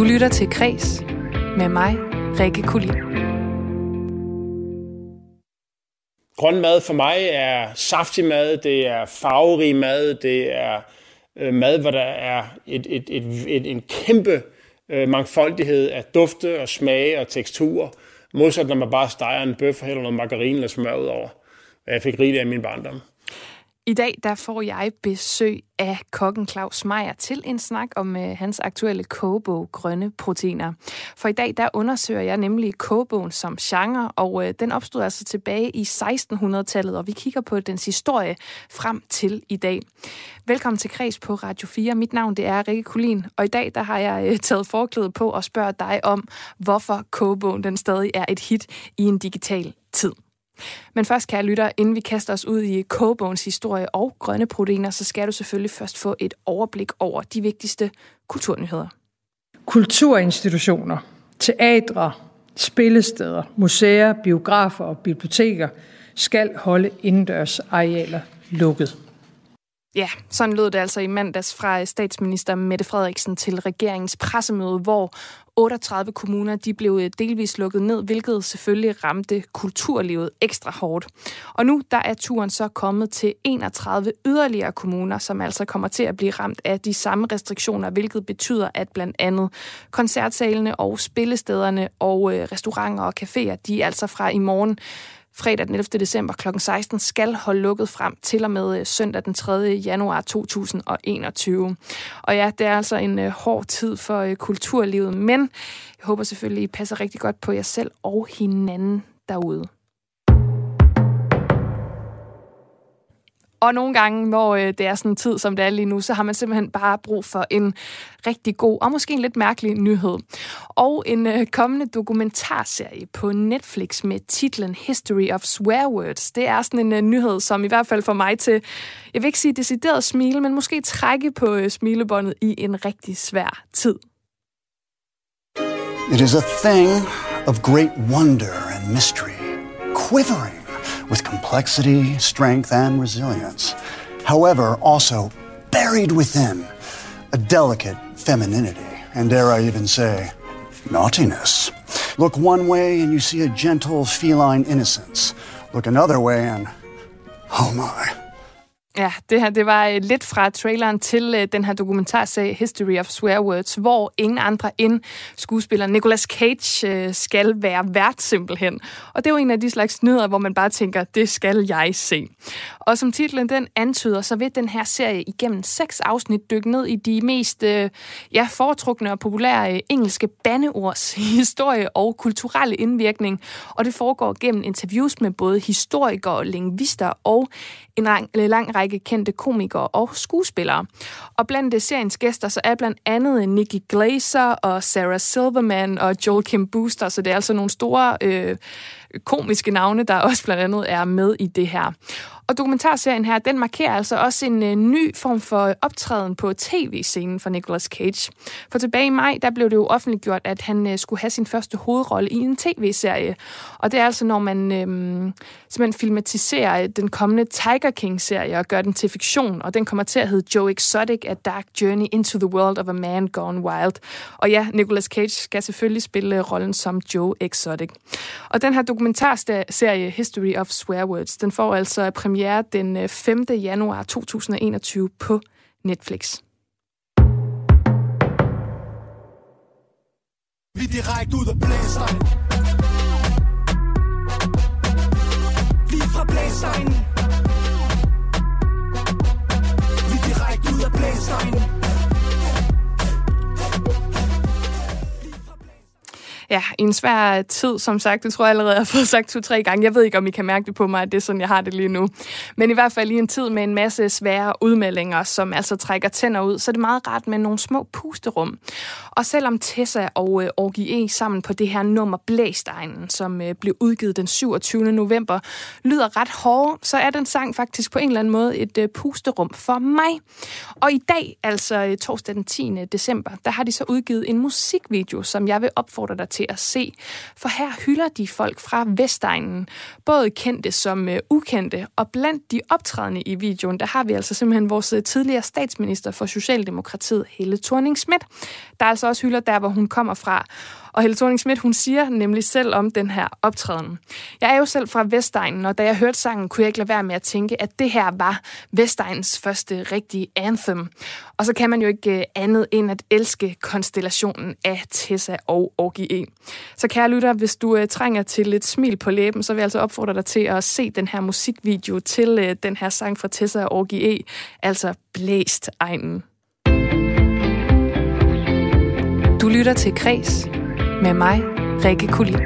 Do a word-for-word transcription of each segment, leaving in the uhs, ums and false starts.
Du lytter til Kres med mig, Rikke Kulin. Grøn mad for mig er saftig mad, det er farverig mad, det er øh, mad, hvor der er et, et, et, et, en kæmpe øh, mangfoldighed af dufte og smage og teksturer. Modsat når man bare steger en bøf og hælder noget margarine eller smør ud over. Jeg fik rigeligt af min barndom. I dag der får jeg besøg af kokken Claus Meyer til en snak om øh, hans aktuelle kogebog Grønne Proteiner. For i dag der undersøger jeg nemlig kogebogen som genre, og øh, den opstod altså tilbage i sekstenhundredetallet, og vi kigger på dens historie frem til i dag. Velkommen til Kres på Radio fire. Mit navn det er Rikke Kulin, og i dag der har jeg øh, taget forklædet på og spørger dig om, hvorfor kogebogen den stadig er et hit i en digital tid. Men først, kære lytter, inden vi kaster os ud i kogebogens historie og grønne proteiner, så skal du selvfølgelig først få et overblik over de vigtigste kulturnyheder. Kulturinstitutioner, teatre, spillesteder, museer, biografer og biblioteker skal holde indendørs arealer lukket. Ja, sådan lød det altså i mandags fra statsminister Mette Frederiksen til regeringens pressemøde, hvor otteogtredive kommuner de blev delvis lukket ned, hvilket selvfølgelig ramte kulturlivet ekstra hårdt. Og nu der er turen så kommet til enogtredive yderligere kommuner, som altså kommer til at blive ramt af de samme restriktioner, hvilket betyder, at blandt andet koncertsalene og spillestederne og restauranter og caféer, de er altså fra i morgen fredag den ellevte december klokken seksten skal holde lukket frem til og med søndag den tredje januar to tusind og enogtyve. Og ja, det er altså en uh, hård tid for uh, kulturlivet, men jeg håber selvfølgelig, I passer rigtig godt på jer selv og hinanden derude. Og nogle gange, hvor øh, det er sådan en tid, som det er lige nu, så har man simpelthen bare brug for en rigtig god og måske en lidt mærkelig nyhed. Og en øh, kommende dokumentarserie på Netflix med titlen History of Swear Words. Det er sådan en øh, nyhed, som i hvert fald får mig til, jeg vil ikke sige decideret smile, men måske trække på øh, smilebåndet i en rigtig svær tid. It is a thing of great wonder and mystery, quivering with complexity, strength, and resilience. However, also buried within a delicate femininity, and dare I even say, naughtiness. Look one way and you see a gentle feline innocence. Look another way and, oh my. Ja, det her det var lidt fra traileren til uh, den her dokumentarserie History of Swear Words, hvor ingen andre end skuespiller Nicolas Cage uh, skal være vært simpelthen. Og det er jo en af de slags nyheder, hvor man bare tænker, det skal jeg se. Og som titlen den antyder, så vil den her serie igennem seks afsnit dykke ned i de mest uh, ja, foretrukne og populære uh, engelske bandeords historie og kulturelle indvirkning. Og det foregår gennem interviews med både historikere, lingvister og en lang, lang række kendte komikere og skuespillere. Og blandt seriens gæster, så er blandt andet Nikki Glaser og Sarah Silverman og Joel Kim Booster, så det er altså nogle store øh, komiske navne, der også blandt andet er med i det her. Og dokumentarserien her, den markerer altså også en øh, ny form for optræden på tv-scenen for Nicolas Cage. For tilbage i maj, der blev det jo offentliggjort, at han øh, skulle have sin første hovedrolle i en tv-serie. Og det er altså, når man øh, simpelthen filmatiserer den kommende Tiger King-serie og gør den til fiktion. Og den kommer til at hedde Joe Exotic: A Dark Journey into the World of a Man Gone Wild. Og ja, Nicolas Cage skal selvfølgelig spille rollen som Joe Exotic. Og den her dokumentarserie History of Swear Words, den får altså premiere den femte januar to tusind og enogtyve på Netflix. Vi direkte ud af blæstegn. Vi fra blæstegn. Vi direkte ud af blæstegn. Ja, i en svær tid, som sagt. Det tror jeg allerede, jeg har fået sagt to-tre gange. Jeg ved ikke, om I kan mærke det på mig, at det er sådan, jeg har det lige nu. Men i hvert fald i en tid med en masse svære udmeldinger, som altså trækker tænder ud, så er det meget rart med nogle små pusterum. Og selvom Tessa og øh, Orgie E sammen på det her nummer Blæstegnen, som øh, blev udgivet den syvogtyvende november, lyder ret hård, så er den sang faktisk på en eller anden måde et øh, pusterum for mig. Og i dag, altså torsdag den tiende december, der har de så udgivet en musikvideo, som jeg vil opfordre dig til til at se. For her hylder de folk fra Vestegnen, både kendte som uh, ukendte, og blandt de optrædende i videoen, der har vi altså simpelthen vores tidligere statsminister for Socialdemokratiet, Helle Thorning-Schmidt, der altså også hylder der, hvor hun kommer fra. Og Helle Thorning-Schmidt, hun siger nemlig selv om den her optræden: Jeg er jo selv fra Vestegnen, og da jeg hørte sangen, kunne jeg ikke lade være med at tænke, at det her var Vestegnens første rigtige anthem. Og så kan man jo ikke andet end at elske konstellationen af Tessa og Årgi E. Så kære lytter, hvis du uh, trænger til lidt smil på læben, så vil jeg altså opfordre dig til at se den her musikvideo til uh, den her sang fra Tessa og Årgi E, altså Blæst Egnen. Du lytter til Kres med mig, Rikke Kulin.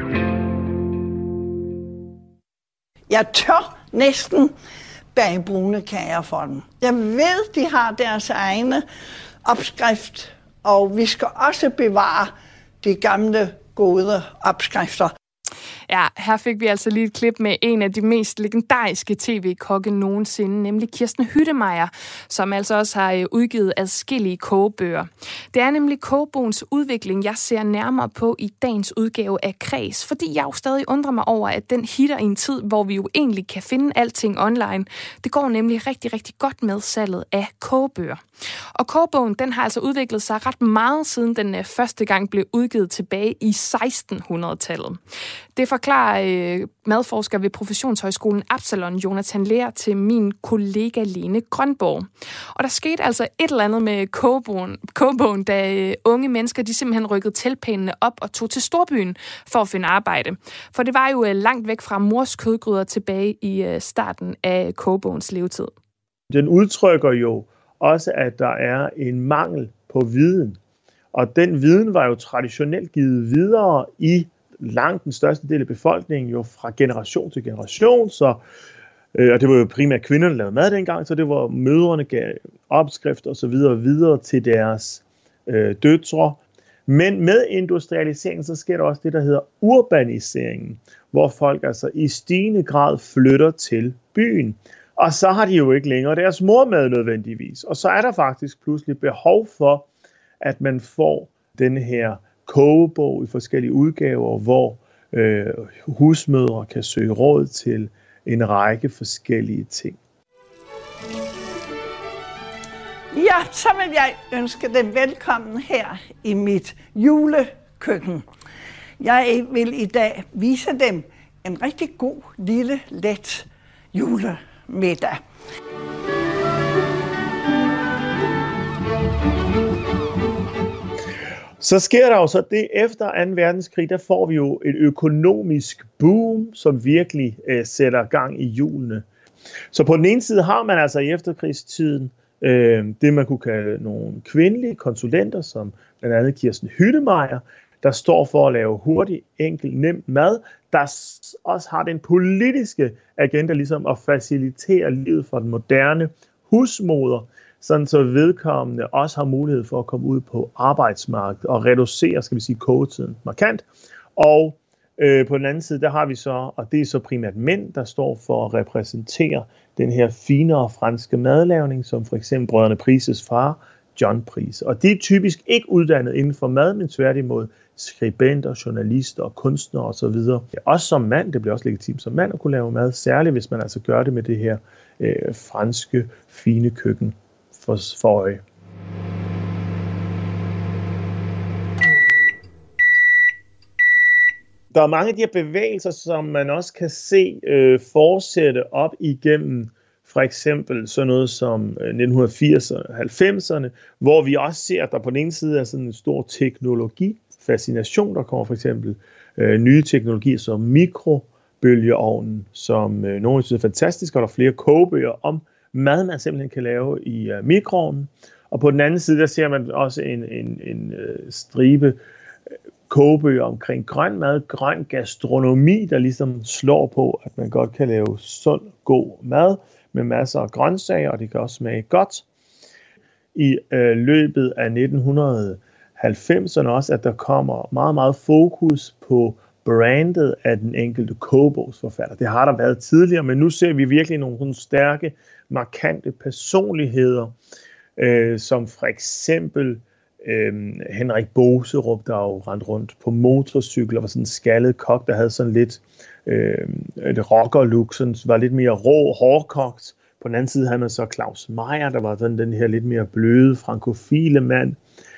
Jeg tør næsten bage brune kager for dem. Jeg ved, de har deres egne opskrift, og vi skal også bevare de gamle, gode opskrifter. Ja, her fik vi altså lige et klip med en af de mest legendariske tv-kokke nogensinde, nemlig Kirsten Hyttemeier, som altså også har udgivet adskillige kogebøger. Det er nemlig kogebogens udvikling, jeg ser nærmere på i dagens udgave af Kres, fordi jeg jo stadig undrer mig over, at den hitter i en tid, hvor vi jo egentlig kan finde alting online. Det går nemlig rigtig, rigtig godt med salget af kogebøger. Og kogebogen, den har altså udviklet sig ret meget, siden den første gang blev udgivet tilbage i sekstenhundredetallet. Det forklarer øh, madforsker ved Professionshøjskolen Absalon, Jonathan Lehr, til min kollega Lene Grønborg. Og der skete altså et eller andet med kogebogen, kogebogen da øh, unge mennesker de simpelthen rykkede teltpælene op og tog til storbyen for at finde arbejde. For det var jo øh, langt væk fra mors kødgryder tilbage i øh, starten af kogebogens levetid. Den udtrykker jo også, at der er en mangel på viden. Og den viden var jo traditionelt givet videre i langt den største del af befolkningen, jo fra generation til generation. Så, øh, og det var jo primært kvinderne, der lavede mad dengang, så det var mødrene gav opskrifter osv. videre til deres øh, døtre. Men med industrialiseringen, så sker der også det, der hedder urbaniseringen, hvor folk altså i stigende grad flytter til byen. Og så har de jo ikke længere deres mormad nødvendigvis. Og så er der faktisk pludselig behov for, at man får den her kogebog i forskellige udgaver, hvor øh, husmødre kan søge råd til en række forskellige ting. Ja, så vil jeg ønske dem velkommen her i mit julekøkken. Jeg vil i dag vise dem en rigtig god, lille, let julemiddag. Så sker der jo så det, efter anden verdenskrig, der får vi jo et økonomisk boom, som virkelig øh, sætter gang i hjulene. Så på den ene side har man altså i efterkrigstiden øh, det, man kunne kalde nogle kvindelige konsulenter, som blandt andet Kirsten Hyttemeier, der står for at lave hurtig, enkel, nem mad, der også har den politiske agenda, ligesom at facilitere livet for den moderne husmoder, sådan så vedkommende også har mulighed for at komme ud på arbejdsmarkedet og reducere, skal vi sige, kogetiden markant. Og øh, på den anden side, der har vi så, og det er så primært mænd, der står for at repræsentere den her finere franske madlavning, som for eksempel brødrene Prices far, John Price. Og de er typisk ikke uddannet inden for mad, men tværtimod skribenter, journalister og kunstnere osv. Også som mand, det bliver også legitimt som mand at kunne lave mad, særligt hvis man altså gør det med det her øh, franske, fine køkken for, for øje. Der er mange af de her bevægelser, som man også kan se øh, fortsætte op igennem for eksempel sådan noget som nitten firserne og halvfemserne, hvor vi også ser, at der på den ene side er sådan en stor teknologifascination. Der kommer for eksempel øh, nye teknologier som mikrobølgeovnen, som øh, nogle synes er fantastisk, og der er flere kogebøger om mad, man simpelthen kan lave i øh, mikroovnen. Og på den anden side, der ser man også en, en, en øh, stribe kogebøger omkring grøn mad, grøn gastronomi, der ligesom slår på, at man godt kan lave sund, god mad med masser af grøntsager, og det kan også smage godt. I øh, løbet af nitten halvfemserne også, at der kommer meget, meget fokus på brandet af den enkelte kogebogsforfatter. Det har der været tidligere, men nu ser vi virkelig nogle, nogle stærke, markante personligheder, øh, som for eksempel Øhm, Henrik Boserup, der jo rendt rundt på motorcykler, var sådan en skaldet kok, der havde sådan lidt øh, et rocker-look, sådan var lidt mere rå, hårdkogt. På den anden side havde man så Claus Meyer, der var sådan den her lidt mere bløde, frankofile mand.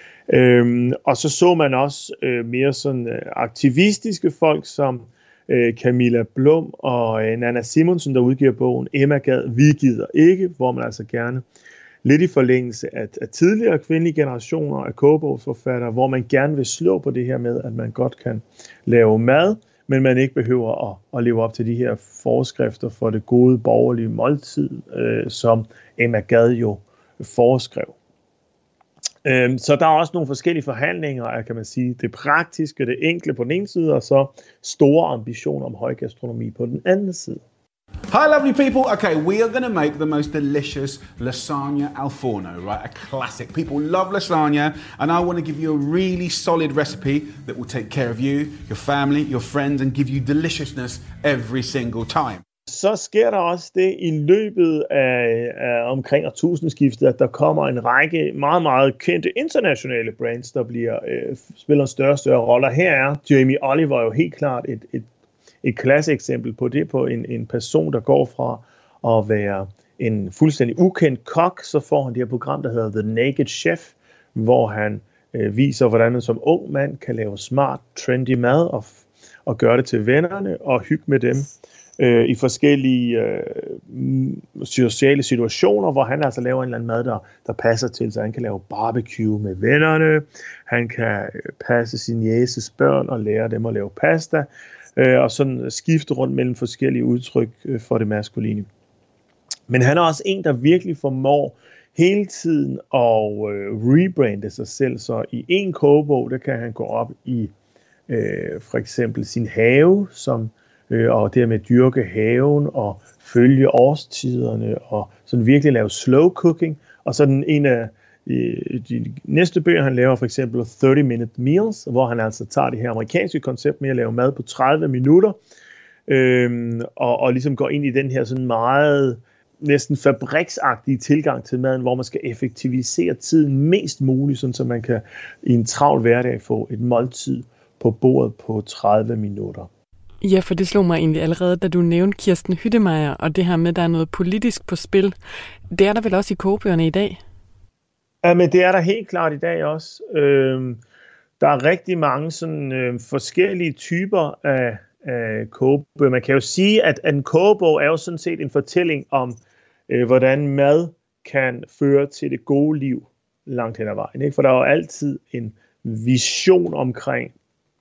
Øhm, og så så man også øh, mere sådan øh, aktivistiske folk, som øh, Camilla Blum og øh, Nanna Simonsen, der udgiver bogen Emma Gad, Vi gider ikke, hvor man altså gerne lidt i forlængelse af, af tidligere kvindelige generationer af kogebogsforfattere, hvor man gerne vil slå på det her med, at man godt kan lave mad, men man ikke behøver at, at leve op til de her forskrifter for det gode borgerlige måltid, øh, som Emma Gad jo foreskrev. Øhm, så der er også nogle forskellige forhandlinger af, kan man sige, det praktiske, det enkle på den ene side, og så store ambitioner om høj gastronomi på den anden side. Hi lovely people, okay, we are going to make the most delicious lasagna al forno, right, a classic. People love lasagna and I want to give you a really solid recipe that will take care of you, your family, your friends and give you deliciousness every single time. Så sker der også det i løbet af, af omkring årtusindskiftet, at der kommer en række meget, meget kendte internationale brands, der bliver, øh, spiller større og større roller. Her er Jamie Oliver jo helt klart et, et Et klasseeksempel på det, på en, en person, der går fra at være en fuldstændig ukendt kok, så får han det her program, der hedder The Naked Chef, hvor han øh, viser, hvordan man som ung mand kan lave smart, trendy mad og, og gøre det til vennerne og hygge med dem øh, i forskellige øh, sociale situationer, hvor han altså laver en eller anden mad, der, der passer til, så han kan lave barbecue med vennerne, han kan passe sin jæses børn og lære dem at lave pasta, og sådan skifte rundt mellem forskellige udtryk for det maskuline. Men han er også en, der virkelig formår hele tiden at rebrande sig selv, så i en kogebog, der kan han gå op i øh, for eksempel sin have, som, øh, og dermed dyrke haven og følge årstiderne og sådan virkelig lave slow cooking, og sådan en af de næste bøger, han laver for eksempel thirty minute meals, hvor han altså tager det her amerikanske koncept med at lave mad på tredive minutter, øhm, og, og ligesom går ind i den her sådan meget næsten fabriksagtige tilgang til maden, hvor man skal effektivisere tiden mest muligt, sådan så man kan i en travl hverdag få et måltid på bordet på tredive minutter. Ja, for det slog mig egentlig allerede, da du nævnte Kirsten Hyttemeier, og det her med, at der er noget politisk på spil. Det er der vel også i kogebøgerne i dag? Ja, men det er der helt klart i dag også. Øhm, der er rigtig mange sådan, øh, forskellige typer af, af kogebøger. Man kan jo sige, at en kogebog er jo sådan set en fortælling om, øh, hvordan mad kan føre til det gode liv langt hen ad vejen. Ikke? For der er jo altid en vision omkring,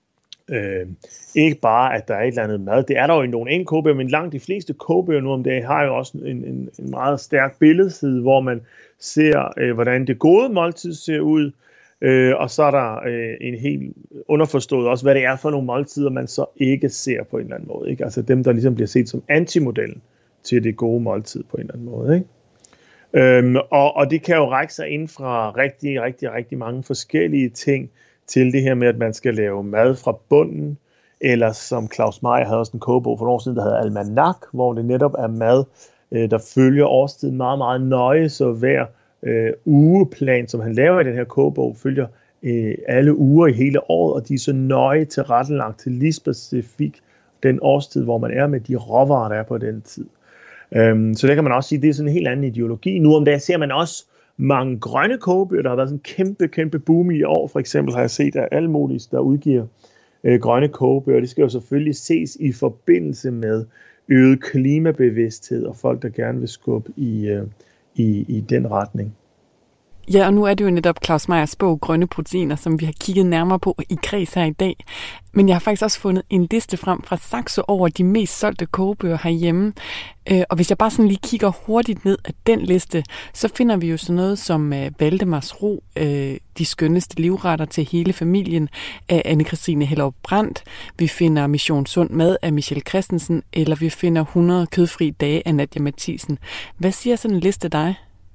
øh, ikke bare at der er et eller andet mad. Det er der jo i nogle enkelte kogebøger, men langt de fleste kogebøger nu om dagen har jo også en, en, en meget stærk billedside, hvor man ser, øh, hvordan det gode måltid ser ud, øh, og så er der øh, en helt underforstået også, hvad det er for nogle måltider, man så ikke ser på en eller anden måde. Ikke? Altså dem, der ligesom bliver set som antimodellen til det gode måltid på en eller anden måde. Ikke? Øhm, og, og det kan jo række sig ind fra rigtig, rigtig, rigtig mange forskellige ting til det her med, at man skal lave mad fra bunden, eller som Claus Meyer havde også en kogebog for nogle år siden, der hedder Almanak, hvor det netop er mad, der følger årstiden meget, meget nøje, så hver øh, ugeplan, som han laver i den her kogebog, følger øh, alle uger i hele året, og de er så nøje tilrettelagt til lige specifikt den årstid, hvor man er med de råvarer, der er på den tid. Øhm, så det kan man også sige, det er sådan en helt anden ideologi. Nu om dagen ser man også mange grønne kogebøger, der har været sådan en kæmpe, kæmpe boom i år. For eksempel har jeg set af alle mulige, der udgiver øh, grønne kogebøger. Det skal jo selvfølgelig ses i forbindelse med øget klimabevidsthed og folk, der gerne vil skubbe i, øh, i, i den retning. Ja, og nu er det jo netop Claus Meyers bog Grønne Proteiner, som vi har kigget nærmere på i kreds her i dag. Men jeg har faktisk også fundet en liste frem fra Saxo over de mest solgte kogebøger herhjemme. Og hvis jeg bare sådan lige kigger hurtigt ned af den liste, så finder vi jo sådan noget som Valdemars Ro, De skønneste livretter til hele familien af Anne-Kristine Hellerup Brandt. Vi finder Mission Sund Mad af Michelle Christensen, eller vi finder hundrede kødfri dage af Nadia Mathisen. Hvad siger sådan en liste dig?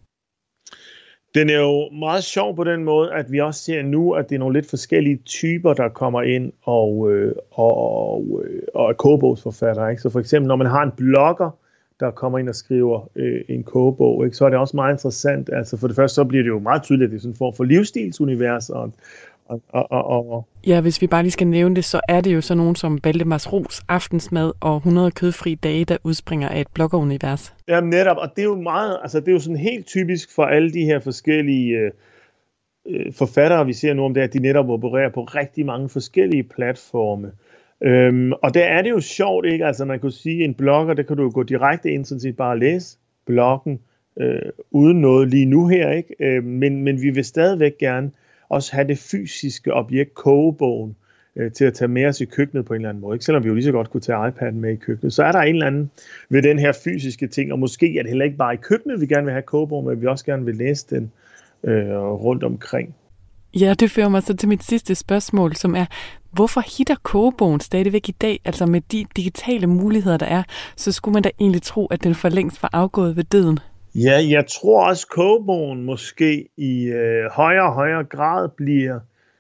Den er jo meget sjov på den måde, at vi også ser nu, at det er nogle lidt forskellige typer, der kommer ind og, øh, og, og, og er kogebogsforfattere. Ikke? Så for eksempel, når man har en blogger, der kommer ind og skriver øh, en kogebog, ikke? Så er det også meget interessant. Altså for det første, så bliver det jo meget tydeligt, at det er sådan en form for livsstilsunivers, og, og, og, og, og ja, hvis vi bare lige skal nævne det, så er det jo sådan nogen som Valdemars Ros, Aftensmad og hundrede kødfri dage, der udspringer af et bloggerunivers. Ja, netop, og det er jo meget, altså det er jo sådan helt typisk for alle de her forskellige øh, øh, forfattere, vi ser nu om det, at de netop opererer på rigtig mange forskellige platforme. Øhm, og der er det jo sjovt, ikke? Altså man kunne sige, en blogger, der kan du jo gå direkte ind, sådan set bare læse bloggen, øh, uden noget lige nu her, ikke? Øh, men, men vi vil stadigvæk gerne også have det fysiske objekt, kogebogen, øh, til at tage med os i køkkenet på en eller anden måde. Ikke? Selvom vi jo lige så godt kunne tage iPad'en med i køkkenet, så er der en eller anden ved den her fysiske ting, og måske er det heller ikke bare i køkkenet, vi gerne vil have kogebogen, men vi også gerne vil læse den øh, rundt omkring. Ja, det fører mig så til mit sidste spørgsmål, som er, hvorfor hitter kogebogen stadigvæk i dag? Altså med de digitale muligheder, der er, så skulle man da egentlig tro, at den for længst var afgået ved døden. Ja, jeg tror også, kogebogen måske i øh, højere og højere grad bliver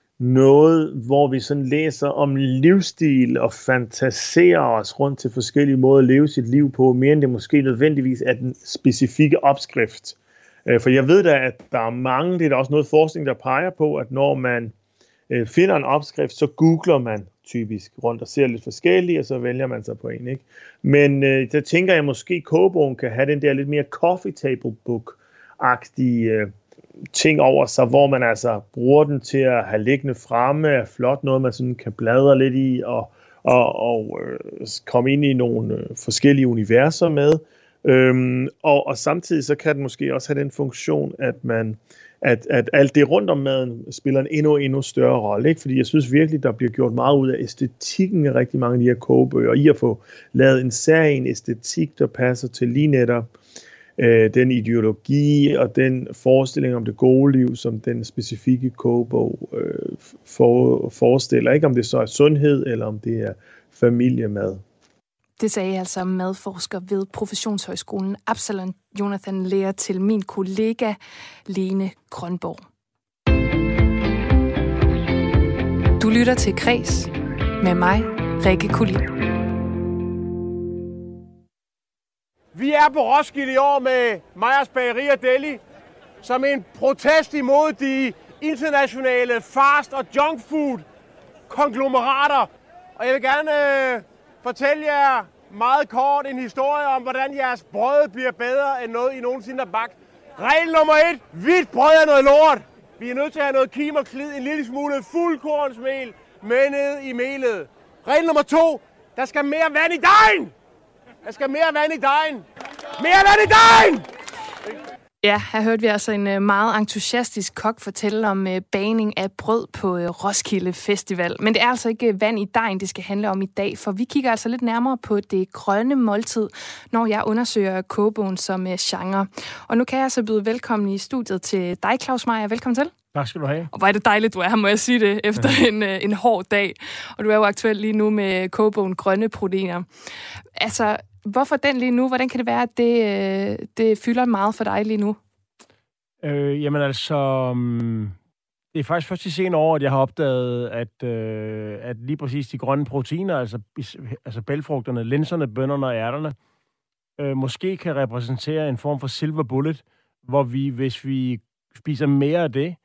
noget, hvor vi sådan læser om livsstil og fantaserer os rundt til forskellige måder at leve sit liv på, mere end det måske nødvendigvis er den specifikke opskrift. For jeg ved da, at der er mange, det er der også noget forskning, der peger på, at når man øh, finder en opskrift, så googler man typisk rundt og ser lidt forskellige, og så vælger man sig på en, ikke? Men øh, der tænker jeg måske, at kogebogen kan have den der lidt mere coffee table book-agtige øh, ting over sig, hvor man altså bruger den til at have liggende fremme, er flot noget, man sådan kan bladre lidt i, og, og, og øh, komme ind i nogle øh, forskellige universer med. Øhm, og, og samtidig så kan den måske også have den funktion, at man at, at alt det rundt om maden spiller en endnu, endnu større rolle, ikke? Fordi jeg synes virkelig, der bliver gjort meget ud af æstetikken af rigtig mange af de her kogebøger, og i at få lavet en særlig æstetik, der passer til lige netop øh, den ideologi og den forestilling om det gode liv, som den specifikke kogebog øh, for, forestiller. Ikke om det så er sundhed, eller om det er familiemad. Det sagde altså madforsker ved Professionshøjskolen Absalon Jonathan Lea til min kollega Lene Grønborg. Du lytter til Kres med mig, Rikke Kulin. Vi er på Roskilde i år med Meyers Bageri og Deli som en protest imod de internationale fast- og junkfood konglomerater. Og jeg vil gerne øh, fortælle jer meget kort en historie om, hvordan jeres brød bliver bedre end noget, I nogensinde har bagt. Regel nummer et. Hvidt brød er noget lort. Vi er nødt til at have noget kim og klid, en lille smule fuldkornsmel med ned i melet. Regel nummer to. Der skal mere vand i dejen. Der skal mere vand i dejen. Mere vand i dejen! Ja, her hørte vi altså en meget entusiastisk kok fortælle om bagning af brød på Roskilde Festival. Men det er altså ikke vand i dejen, det skal handle om i dag, for vi kigger altså lidt nærmere på det grønne måltid, når jeg undersøger kogebogen som genre. Og nu kan jeg så byde velkommen i studiet til dig, Claus Meyer. Velkommen til. Tak skal du have. Og hvor er det dejligt, du er her, må jeg sige det, efter en, en hård dag. Og du er jo aktuel lige nu med kogebogen Grønne Proteiner. Altså, hvorfor den lige nu? Hvordan kan det være, at det, det fylder meget for dig lige nu? Øh, jamen altså, det er faktisk først i senere år, at jeg har opdaget, at, øh, at lige præcis de grønne proteiner, altså, altså bælgfrugterne, linserne, bønnerne og ærterne, øh, måske kan repræsentere en form for silver bullet, hvor vi, hvis vi spiser mere af det,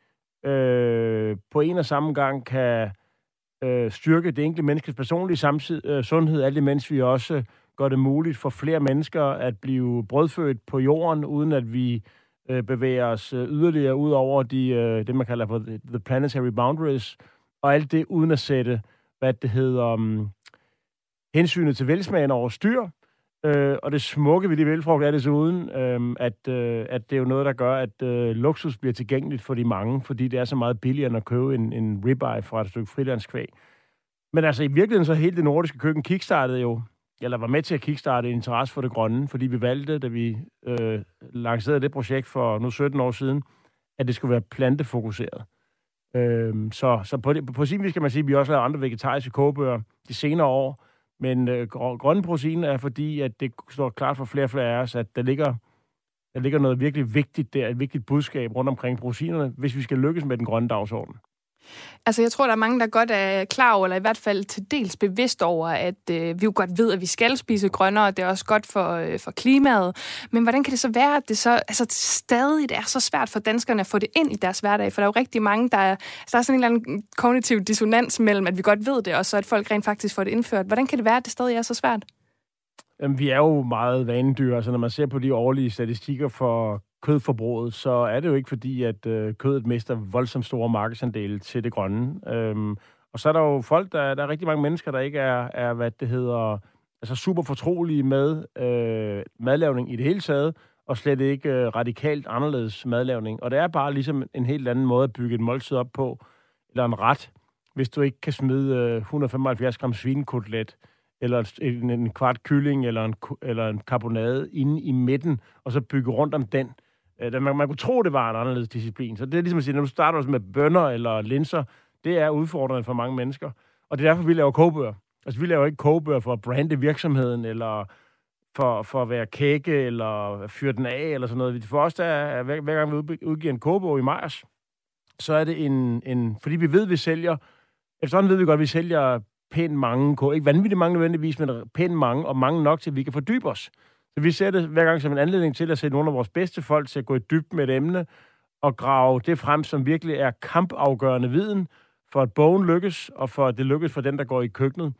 øh, på en og samme gang kan øh, styrke det enkelte menneskes personlige samtid, øh, sundhed, alt imens vi også gør det muligt for flere mennesker at blive brødfødt på jorden, uden at vi øh, bevæger os øh, yderligere ud over de, øh, det, man kalder for the, the planetary boundaries, og alt det uden at sætte, hvad det hedder, um, hensynet til velsmagen over styr. Øh, og det smukke ved de bælgfrugter er desuden, øh, at, øh, at det er jo noget, der gør, at øh, luksus bliver tilgængeligt for de mange, fordi det er så meget billigere end at købe en, en ribeye fra et stykke frilandskvæg. Men altså i virkeligheden så hele det nordiske køkken kickstartede jo, eller var med til at kickstarte en interesse for det grønne, fordi vi valgte, da vi øh, lancerede det projekt for nu sytten år siden, at det skulle være plantefokuseret. Øh, så så på, det, på sin vis kan man sige, at vi også har andre vegetariske kogebøger de senere år, men øh, grønne proteiner er fordi, at det står klart for flere og flere af os, at der ligger, der ligger noget virkelig vigtigt der, et vigtigt budskab rundt omkring proteinerne, hvis vi skal lykkes med den grønne dagsorden. Altså, jeg tror, der er mange, der godt er klar over, eller i hvert fald til dels bevidst over, at øh, vi jo godt ved, at vi skal spise grønnere, og det er også godt for, øh, for klimaet. Men hvordan kan det så være, at det så altså, stadig er så svært for danskerne at få det ind i deres hverdag? For der er jo rigtig mange, der er, altså, der er sådan en eller anden kognitiv dissonans mellem, at vi godt ved det, og så at folk rent faktisk får det indført. Hvordan kan det være, at det stadig er så svært? Jamen, vi er jo meget vanedyr, altså når man ser på de årlige statistikker for kødforbruget, så er det jo ikke fordi, at øh, kødet mister voldsomt store markedsandele til det grønne. Øhm, og så er der jo folk, der, der er rigtig mange mennesker, der ikke er, er hvad det hedder, altså super fortrolige med øh, madlavning i det hele taget, og slet ikke øh, radikalt anderledes madlavning. Og det er bare ligesom en helt anden måde at bygge et måltid op på, eller en ret, hvis du ikke kan smide øh, et hundrede og femoghalvfjerds gram svinekotelet, eller en, en kvart kylling, eller en, eller en karbonade inde i midten, og så bygge rundt om den. Øh, man, man kunne tro, det var en anderledes disciplin. Så det er ligesom at sige, når du starter med bønner eller linser, det er udfordrende for mange mennesker. Og det er derfor, vi laver kogebøger. Altså, vi laver ikke kogebøger for at brande virksomheden, eller for, for at være kække, eller fyre den af, eller sådan noget. For os, der er, hver, hver gang vi udgiver en kogebog i Meyers, så er det en, en... Fordi vi ved, vi sælger... Efterhånden ved vi godt, at vi sælger pænt mange kogebøger. Ikke vanvittigt mange nødvendigvis, men pænt mange, og mange nok til, at vi kan fordybe os. Så vi ser det hver gang som en anledning til at sætte nogle af vores bedste folk til at gå i dybden med et emne, og grave det frem, som virkelig er kampafgørende viden, for at bogen lykkes, og for at det lykkes for den, der går i køkkenet.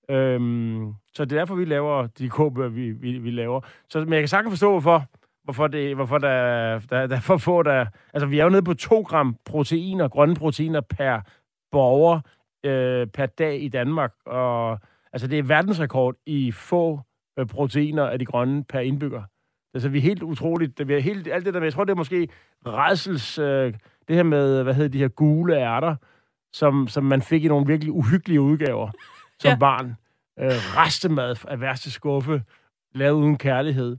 Øhm, så det er derfor, vi laver de kogebøger, vi, vi, vi laver. Så, men jeg kan sagtens forstå, hvorfor, hvorfor, det, hvorfor der, der, der er for få, der... Altså, vi er jo nede på to gram proteiner, grønne proteiner per borger øh, per dag i Danmark. Og altså, det er verdensrekord i få øh, proteiner af de grønne per indbygger. Altså, vi er helt utroligt... Vi er helt, alt det der med, jeg tror, det er måske rædsels... Øh, det her med, hvad hedder de her gule ærter, som, som man fik i nogle virkelig uhyggelige udgaver som ja. barn. Øh, restemad af værste skuffe, lavet uden kærlighed.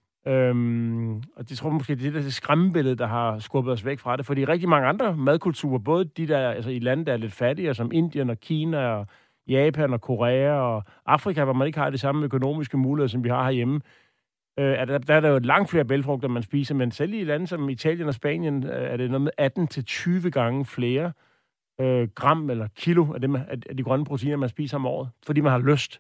Øhm, og det tror jeg måske, det er det, det skræmmebillede, der har skubbet os væk fra det. Fordi rigtig mange andre madkulturer, både de der altså i lande, der er lidt fattigere, som Indien og Kina og Japan og Korea og Afrika, hvor man ikke har de samme økonomiske muligheder, som vi har herhjemme, øh, er der, der er der jo langt flere bælgfrugter, man spiser. Men selv i lande som Italien og Spanien, øh, er det noget med atten til tyve gange flere øh, gram eller kilo af, dem, af de grønne proteiner, man spiser om året, fordi man har lyst.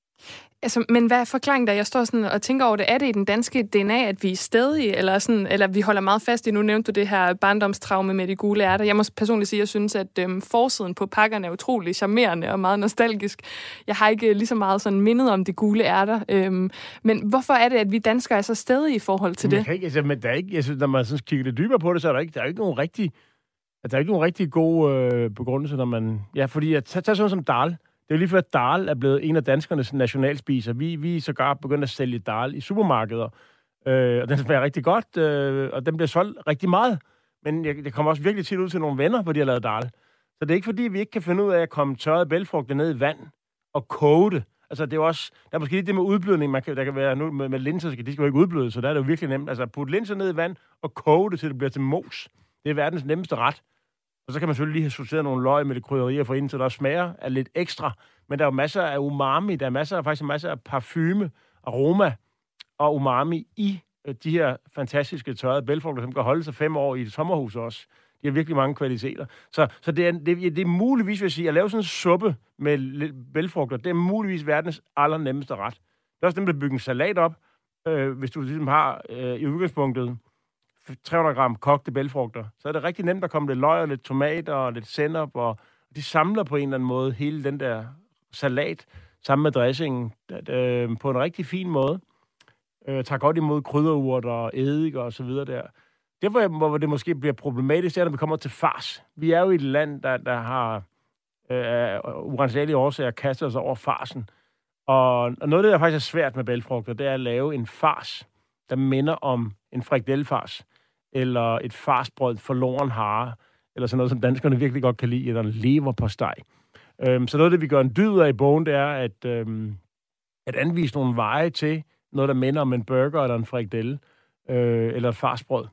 Altså, men hvad er forklaringen, der jeg står sådan og tænker over det? Er det i den danske D N A, at vi er stedige, eller, sådan, eller vi holder meget fast i? Nu nævnte du det her barndomstraume med de gule ærter. Jeg må personligt sige, at jeg synes, at øhm, forsiden på pakkerne er utrolig charmerende og meget nostalgisk. Jeg har ikke lige så meget sådan mindet om de gule ærter. Øhm, men hvorfor er det, at vi danskere er så stedige i forhold til det? Men, ikke, altså, men der er ikke, jeg synes, når man sådan kigger lidt dybere på det, så er der ikke, der er ikke nogen rigtig, der er ikke nogen rigtig gode øh, begrundelse, når man... Ja, fordi at tage sådan noget som dal. Det er jo lige før, at dal er blevet en af danskernes nationalspiser. Vi, vi er sågar begyndt at sælge dal i supermarkeder, øh, og den smager rigtig godt, øh, og den bliver solgt rigtig meget. Men jeg, jeg kommer også virkelig tit ud til nogle venner, hvor de har lavet dal. Så det er ikke fordi, vi ikke kan finde ud af at komme tørrede bælgfrugter ned i vand og koge det. Altså, det er jo også... Der er måske lidt det med udblødning. Man kan, der kan være nu med, med linser, de skal jo ikke udbløde, så der er det jo virkelig nemt. Altså, putte linser ned i vand og koge det, til det bliver til mos. Det er verdens nemmeste ret. Og så kan man selvfølgelig lige have sorteret nogle løg med lidt krydderier for inden, så der smager af lidt ekstra. Men der er jo masser af umami, der er masser, faktisk masser af parfume, aroma og umami i de her fantastiske tørrede bælgfrugter, som kan holde sig fem år i et sommerhus også. De har virkelig mange kvaliteter. Så, så det, er, det, det er muligvis, vil jeg sige, at lave sådan en suppe med bælgfrugter, det er muligvis verdens allernemmeste ret. Det er også nemt at bygge en salat op, øh, hvis du ligesom har øh, i udgangspunktet tre hundrede gram kogte bælgfrugter, så er det rigtig nemt at komme lidt løg og lidt tomater og lidt sennep, og de samler på en eller anden måde hele den der salat sammen med dressingen øh, på en rigtig fin måde. Øh, tager godt imod krydderurt og eddike og så videre der. Det, hvor det måske bliver problematisk, det er, når vi kommer til fars. Vi er jo i et land, der, der har øh, urensagelige årsager kastet os over farsen. Og, og noget af det, der faktisk er svært med bælgfrugter, det er at lave en fars, der minder om en frikadellefars, eller et farsbrød forloren hare, eller sådan noget, som danskerne virkelig godt kan lide, eller en leverpostej. Øhm, så noget af det, vi gør en dyd af i bogen, det er at, øhm, at anvise nogle veje til noget, der minder om en burger, eller en frikadelle, øh, eller et farsbrød.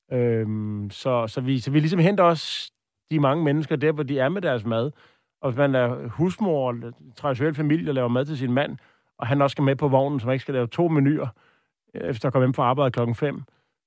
Øhm, så, så, vi, så vi ligesom henter også de mange mennesker der, hvor de er med deres mad. Og hvis man er husmor, eller traditionel familie, og laver mad til sin mand, og han også skal med på vognen, så man ikke skal lave to menuer, efter at komme hjem fra arbejde klokken fem,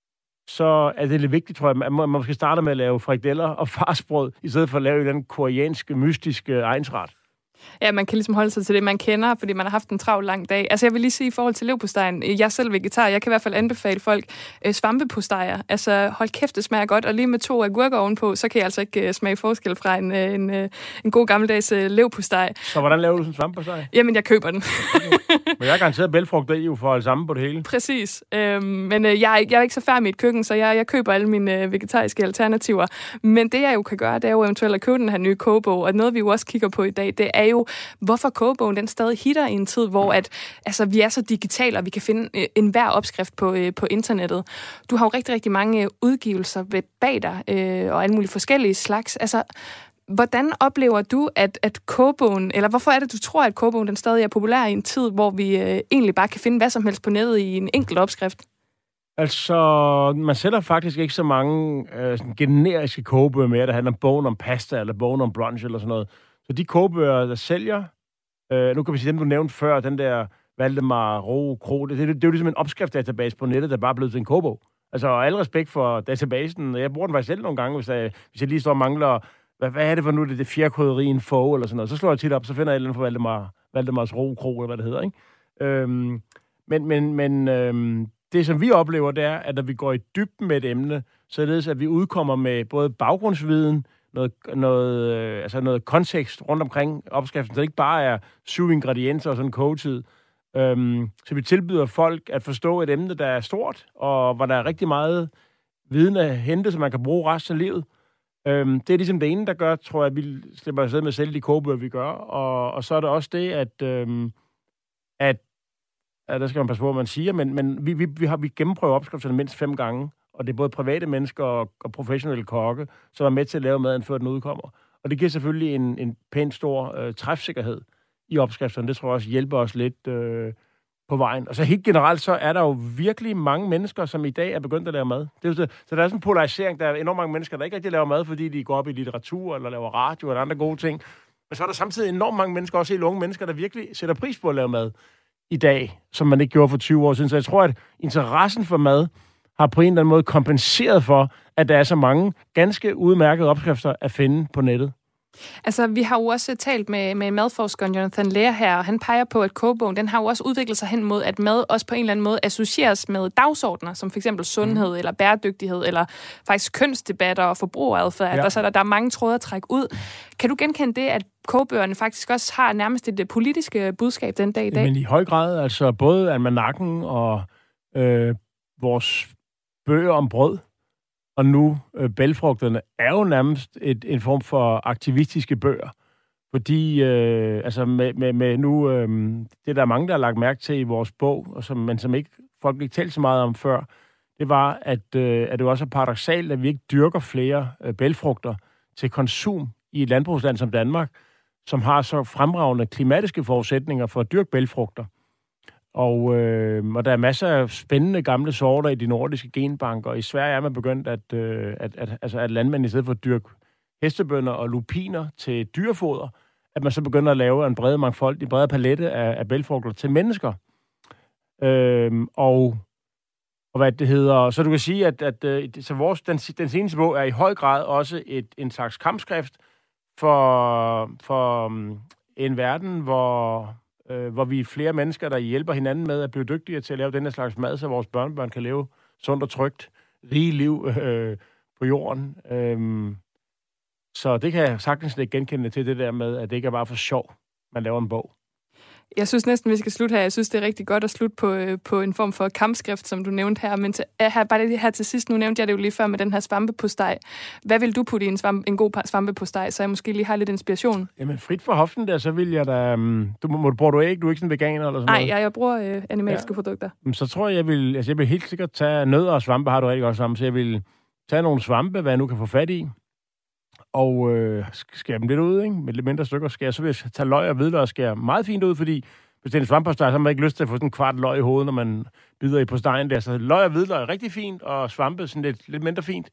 så er det lidt vigtigt, tror jeg, at man måske starter med at lave frikadeller og farsbrød, i stedet for at lave den koreanske, mystiske egnsret. Ja, man kan ligesom holde sig til det, man kender, fordi man har haft en travl lang dag. Altså, jeg vil lige sige i forhold til leverpostejen, jeg er selv vegetar, jeg kan i hvert fald anbefale folk øh, svampepostejer. Altså, hold kæft, det smager godt, og lige med to agurker ovenpå, så kan jeg altså ikke øh, smage forskel fra en, øh, en, øh, en god gammeldags øh, leverpostej. Så hvordan laver du sådan en svampepostej? Jamen, jeg køber den. Men jeg har garanteret bælgfrugt i jo for at holde sammen på det hele. Præcis. Øhm, men øh, jeg, er, jeg er ikke så færdig med et køkken, så jeg, jeg køber alle mine øh, vegetariske alternativer. Men det, jeg jo kan gøre, det er jo eventuelt at købe den her nye kogebog, og noget, vi jo også kigger på i dag, det er jo, hvorfor kogebogen den stadig hitter i en tid, hvor at, altså, vi er så digitale, og vi kan finde øh, enhver opskrift på, øh, på internettet. Du har jo rigtig, rigtig mange øh, udgivelser bag dig, øh, og alle mulige forskellige slags. Altså, hvordan oplever du, at, at kogebogen, eller hvorfor er det, du tror, at kogebogen den stadig er populær i en tid, hvor vi øh, egentlig bare kan finde hvad som helst på nettet i en enkelt opskrift? Altså, man sætter faktisk ikke så mange øh, sådan generiske kogebøger mere, der handler om bogen om pasta, eller bogen om brunch, eller sådan noget. Så de kogebøger, der sælger, øh, nu kan vi sige, dem du nævnte før, den der Valdemar Ro Kro, det, det, det er jo ligesom en opskriftdatabase på nettet, der bare er blevet til en kogebog. Altså, og al respekt for databasen, jeg bruger den faktisk selv nogle gange, hvis jeg, hvis jeg lige står og mangler, hvad, hvad er det for nu, det er det fjerkrydderi, en fog, eller sådan noget. Så slår jeg tit op, så finder jeg et eller andet for Valdemar, Valdemars Ro Kro, eller hvad det hedder, ikke? Øhm, men men, men øhm, det, som vi oplever, det er, at når vi går i dybden med et emne, således at vi udkommer med både baggrundsviden, noget, noget, øh, altså noget kontekst rundt omkring opskriften, så det ikke bare er syv ingredienser og sådan en kogetid. Øhm, så vi tilbyder folk at forstå et emne, der er stort, og hvor der er rigtig meget viden at hente, som man kan bruge resten af livet. Øhm, det er ligesom det ene, der gør, tror jeg, at vi slipper afsted med at sælge de kogebøger, vi gør. Og, og så er det også det, at, øhm, at, at der skal man passe på, hvad man siger, men, men vi, vi, vi har vi gennemprøvet opskrifterne mindst fem gange, og det er både private mennesker og, og professionelle kokke, som er med til at lave maden, før den udkommer. Og det giver selvfølgelig en, en pænt stor øh, træfsikkerhed i opskrifterne. Det tror jeg også hjælper os lidt øh, på vejen. Og så helt generelt, så er der jo virkelig mange mennesker, som i dag er begyndt at lave mad. Det er jo så, så der er sådan en polarisering. Der er enormt mange mennesker, der ikke rigtig laver mad, fordi de går op i litteratur, eller laver radio, eller andre gode ting. Men så er der samtidig enormt mange mennesker, også helt unge mennesker, der virkelig sætter pris på at lave mad i dag, som man ikke gjorde for tyve år siden. Så jeg tror, at interessen for mad har på en eller anden måde kompenseret for, at der er så mange ganske udmærkede opskrifter at finde på nettet. Altså, vi har jo også talt med, med madforskeren Jonathan Lehr her, og han peger på, at kogebogen, den har jo også udviklet sig hen mod, at mad også på en eller anden måde associeres med dagsordner, som for eksempel sundhed, mm. eller bæredygtighed, eller faktisk kønsdebatter og forbrugeradfærd. Ja. Altså, der, der er mange tråde at trække ud. Kan du genkende det, at kogebøgerne faktisk også har nærmest et politiske budskab den dag i dag? Men i høj grad, altså både almanakken og øh, vores bøger om brød, og nu øh, bælgfrugterne, er jo nærmest et, en form for aktivistiske bøger. Fordi, øh, altså med, med, med nu, øh, det der er mange, der har lagt mærke til i vores bog, og som, men som ikke, folk ikke talt så meget om før, det var, at, øh, at det også er paradoksalt, at vi ikke dyrker flere øh, bælgfrugter til konsum i et landbrugsland som Danmark, som har så fremragende klimatiske forudsætninger for at dyrke bælgfrugter. Og, øh, og der er masser af spændende gamle sorter i de nordiske genbanker. I Sverige er man begyndt, at, øh, at, at, altså at landmænd i stedet for at dyrke hestebønner og lupiner til dyrefoder, at man så begynder at lave en bred mangfold, en bred palette af, af bælgfrugter til mennesker. Øh, og, og hvad det hedder. Så du kan sige, at, at, at så vores, den, den seneste bog er i høj grad også et, en slags kampskrift for, for um, en verden, hvor... Øh, hvor vi er flere mennesker, der hjælper hinanden med at blive dygtigere til at lave den her slags mad, så vores børnebørn kan leve sundt og trygt, rige liv øh, på jorden. Øhm, så det kan jeg sagtens ikke genkende til, det der med, at det ikke er bare for sjov, man laver en bog. Jeg synes næsten, vi skal slutte her. Jeg synes, det er rigtig godt at slutte på, på en form for kampskrift, som du nævnte her. Men til, her, bare det her til sidst, nu nævnte jeg det jo lige før med den her svampepostej. Hvad vil du putte i en, svamp, en god svampepostej, så jeg måske lige har lidt inspiration? Jamen, frit for hoften der, så vil jeg da... Um, du, må, bruger du æg? Du er ikke sådan veganer eller sådan Nej, noget? Nej, jeg, jeg bruger øh, animalske ja. produkter. Så tror jeg, jeg vil, altså, jeg vil helt sikkert tage nødder og svampe, har du rigtig godt sammen, så jeg vil tage nogle svampe, hvad jeg nu kan få fat i, og øh, skære dem lidt ud, ikke? Med lidt mindre stykker skære. Så vil jeg tage løg og hvidløg og skære meget fint ud, fordi hvis det er en svampepostej, så har man ikke lyst til at få sådan en kvart løg i hovedet, når man bider i postejen der. Så løg og hvidløg er rigtig fint, og svampe sådan lidt, lidt mindre fint.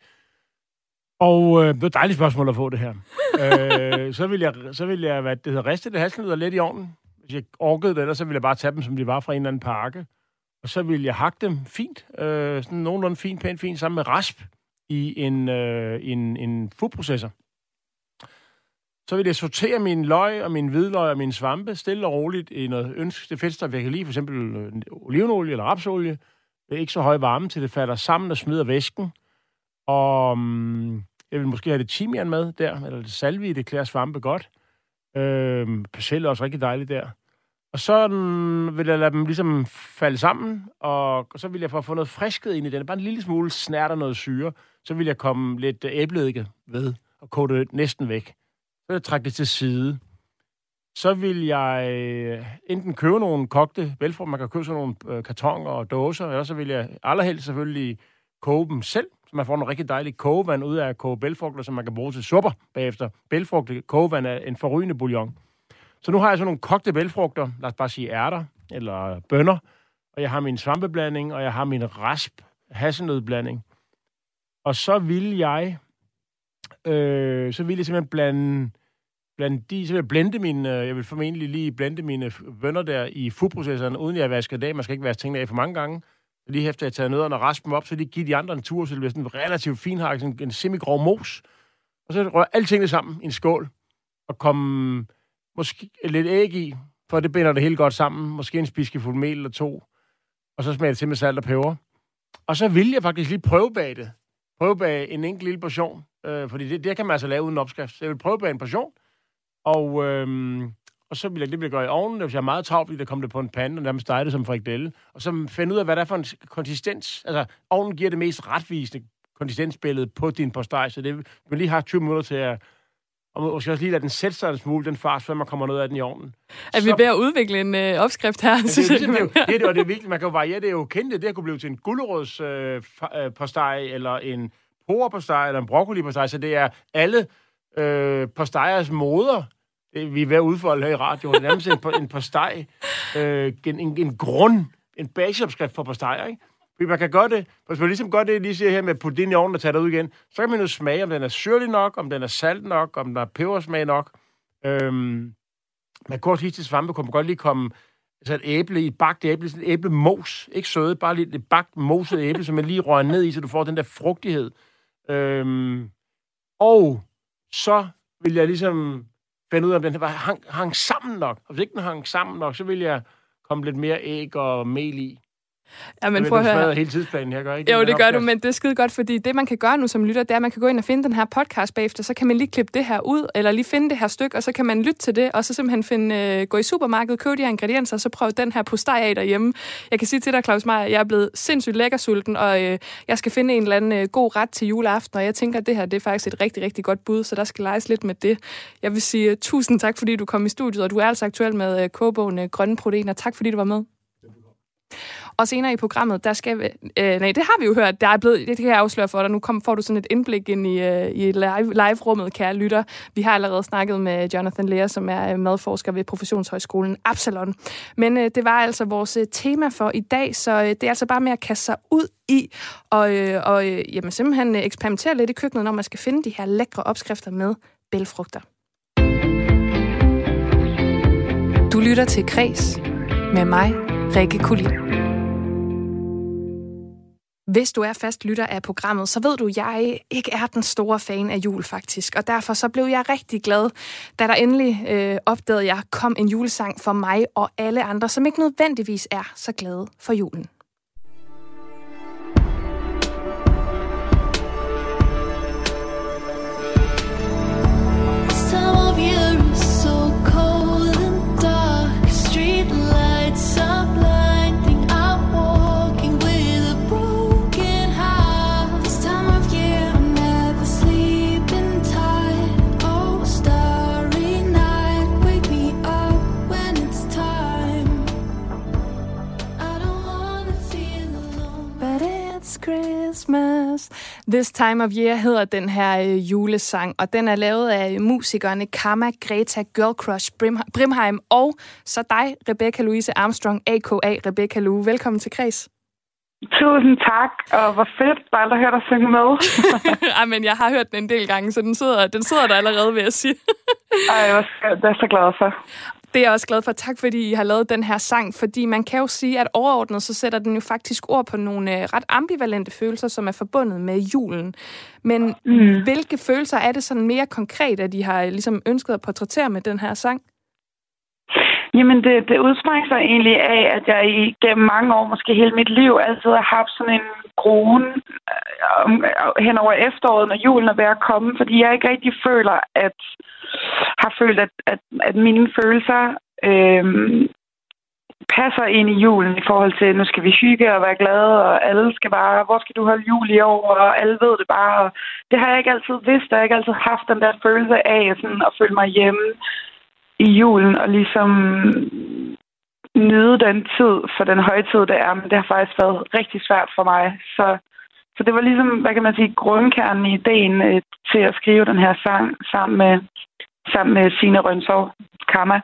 Og øh, det er et dejligt spørgsmål at få det her. øh, så vil jeg, så vil jeg hvad det hedder, riste det hasselnødder lidt i ovnen. Hvis jeg orkede det, eller så ville jeg bare tage dem, som de var fra en eller anden pakke. Og så vil jeg hakke dem fint, øh, sådan nogenlunde fint, pænt fint, sammen med rasp i en, øh, en, en foodprocessor. Så vil jeg sortere min løg og min hvidløg og min svampe stille og roligt i noget ønsket fedtstof, jeg kan lide, for eksempel øh, olivenolie eller rapsolie. Det er ikke så høj varme, til det falder sammen og smider væsken. Og um, jeg vil måske have lidt timian med der, eller lidt salvie, det klæder svampe godt. Øh, persille er også rigtig dejligt der. Og så um, vil jeg lade dem ligesom falde sammen, og, og så vil jeg få, få noget frisket ind i den. Bare en lille smule snært af noget syre. Så vil jeg komme lidt æbleeddike ved og koge det næsten væk. Så vil jeg trække det til side. Så vil jeg øh, enten købe nogle kogte bælgfrugter, man kan købe sådan nogle øh, kartoner og dåser, eller så vil jeg allerhelst selvfølgelig koge dem selv, så man får noget rigtig dejligt kogevand ud af at koge bælgfrugter, som man kan bruge til supper bagefter. Bælgfrugter, kogevand er en forrygende bouillon. Så nu har jeg sådan nogle kogte bælgfrugter, lad os bare sige ærter eller bønner, og jeg har min svampeblanding, og jeg har min rasp hasselnødblanding. Og så vil jeg, øh, så vil jeg simpelthen blande Blandt de, så vil jeg blende mine, jeg vil formentlig lige blende mine bønner der i foodprocessoren, uden jeg vasker det af. Man skal ikke vaske tingene af for mange gange. Lige efter jeg tager nødderne og rasper dem op, så lige give de andre en tur, så det bliver sådan en relativt finhakket, sådan en semi-grov mos. Og så rører alle tingene sammen i en skål, og komme måske lidt æg i, for det binder det helt godt sammen. Måske en spiskefuld mel eller to, og så smager det til med salt og peber. Og så vil jeg faktisk lige prøvebage det. Prøvebage en enkelt lille portion, øh, fordi det, det kan man altså lave uden opskrift. Så jeg vil prøvebage en portion. Og, øhm, og så vil jeg det vil jeg gøre i ovnen, hvis jeg er meget travlt, fordi der kommer det på en pande, og nærmest stege det som frikadelle. Og så finde ud af, hvad der er for en konsistens. Altså, ovnen giver det mest retvisende konsistensbillede på din postej, så det vil lige have tyve minutter til at... Og måske også lige lade den sætte sig en smule, den fars, før man kommer noget af den i ovnen. Er vi ved at udvikle en øh, opskrift her? Ja, det, det, det, det, det, det, og det er vigtigt, man kan jo variere, det er jo kendt, det her kunne blive til en gulerøds øh, postej, eller en porepostej, eller en broccoli-postej, så det er alle øh, postejers moder. Vi er ved at udfolde her i radioen. Det er nærmest en, en postej, øh, en, en, en grund, en basisopskrift for postejer, ikke? Fordi man kan gøre det, hvis man ligesom gør det, lige siger her med at putte det i ovnen og tage det ud igen, så kan man jo smage, om den er syrlig nok, om den er salt nok, om der er pebersmag nok. Øhm, man kan også lige til svampe, kunne man godt lige komme altså et æble i et bagt æble, sådan et æblemos, ikke søde, bare lidt et bagt moset æble, som man lige rører ned i, så du får den der frugtighed. Øhm, og så vil jeg ligesom finde ud af, om den var hang, hang sammen nok. Og hvis ikke den hang sammen nok, så vil jeg komme lidt mere æg og mel i. Ja, men prøv at høre. Hele tidsplanen her, gør ikke? Jo, det gør du, men det er skide godt, fordi det, man kan gøre nu som lytter, det er, at man kan gå ind og finde den her podcast bagefter, så kan man lige klippe det her ud, eller lige finde det her stykke, og så kan man lytte til det, og så simpelthen finde, øh, gå i supermarkedet, købe de her ingredienser, og så prøve den her postej af derhjemme. Jeg kan sige til dig, Claus Meyer, jeg er blevet sindssygt lækkersulten, og øh, jeg skal finde en eller anden øh, god ret til juleaften, og jeg tænker, at det her det er faktisk et rigtig, rigtig godt bud, så der skal leges lidt med det. Jeg vil sige uh, tusind tak, fordi du kom i studiet, og du er altså aktuel med øh, kogebogen øh, Grønne Proteiner. Tak, fordi du var med. Og senere i programmet, der skal vi... Øh, nej, det har vi jo hørt. Der er blevet, det kan jeg afsløre for dig. Nu kom, får du sådan et indblik ind i, øh, i live, live-rummet, kære lytter. Vi har allerede snakket med Jonathan Lea, som er madforsker ved Professionshøjskolen Absalon. Men øh, det var altså vores øh, tema for i dag, så øh, det er altså bare med at kaste sig ud i og, øh, og øh, jamen, simpelthen øh, eksperimentere lidt i køkkenet, når man skal finde de her lækre opskrifter med bælgfrugter. Du lytter til Kres med mig, Rikke Kulin. Hvis du er fast lytter af programmet, så ved du, at jeg ikke er den store fan af jul faktisk. Og derfor så blev jeg rigtig glad, da der endelig øh, opdagede jeg, kom en julesang for mig og alle andre, som ikke nødvendigvis er så glade for julen. Christmas. This Time of Year hedder den her øh, julesang, og den er lavet af musikerne Karma, Greta, Girl Crush, Brim- Brimheim og så dig, Rebecca Louise Armstrong, a k a. Rebecca Lou. Velkommen til Kres. Tusind tak, og hvor fedt, bare aldrig hørt dig synge med. Ej, men jeg har hørt den en del gange, så den sidder, den sidder der allerede, vil jeg sige. Ej, det er jeg så glad for. Det er jeg også glad for. Tak, fordi I har lavet den her sang, fordi man kan jo sige, at overordnet så sætter den jo faktisk ord på nogle ret ambivalente følelser, som er forbundet med julen. Men mm. hvilke følelser er det sådan mere konkret, at I har ligesom ønsket at portrættere med den her sang? Jamen, det, det udspringer sig egentlig af, at jeg igennem mange år, måske hele mit liv, altid har haft sådan en gruen øh, hen over efteråret, når julen er ved at komme, fordi jeg ikke rigtig føler, at har følt, at, at, at mine følelser øh, passer ind i julen i forhold til, nu skal vi hygge og være glade, og alle skal bare, hvor skal du holde jul i år, og alle ved det bare. Og det har jeg ikke altid vidst, jeg har ikke altid haft den der følelse af sådan, at føle mig hjemme i julen, og ligesom nyde den tid for den højtid, det er, men det har faktisk været rigtig svært for mig. Så, så det var ligesom, hvad kan man sige, grundkernen i ideen øh, til at skrive den her sang sammen med, sammen med Signe Rønsov Kamma.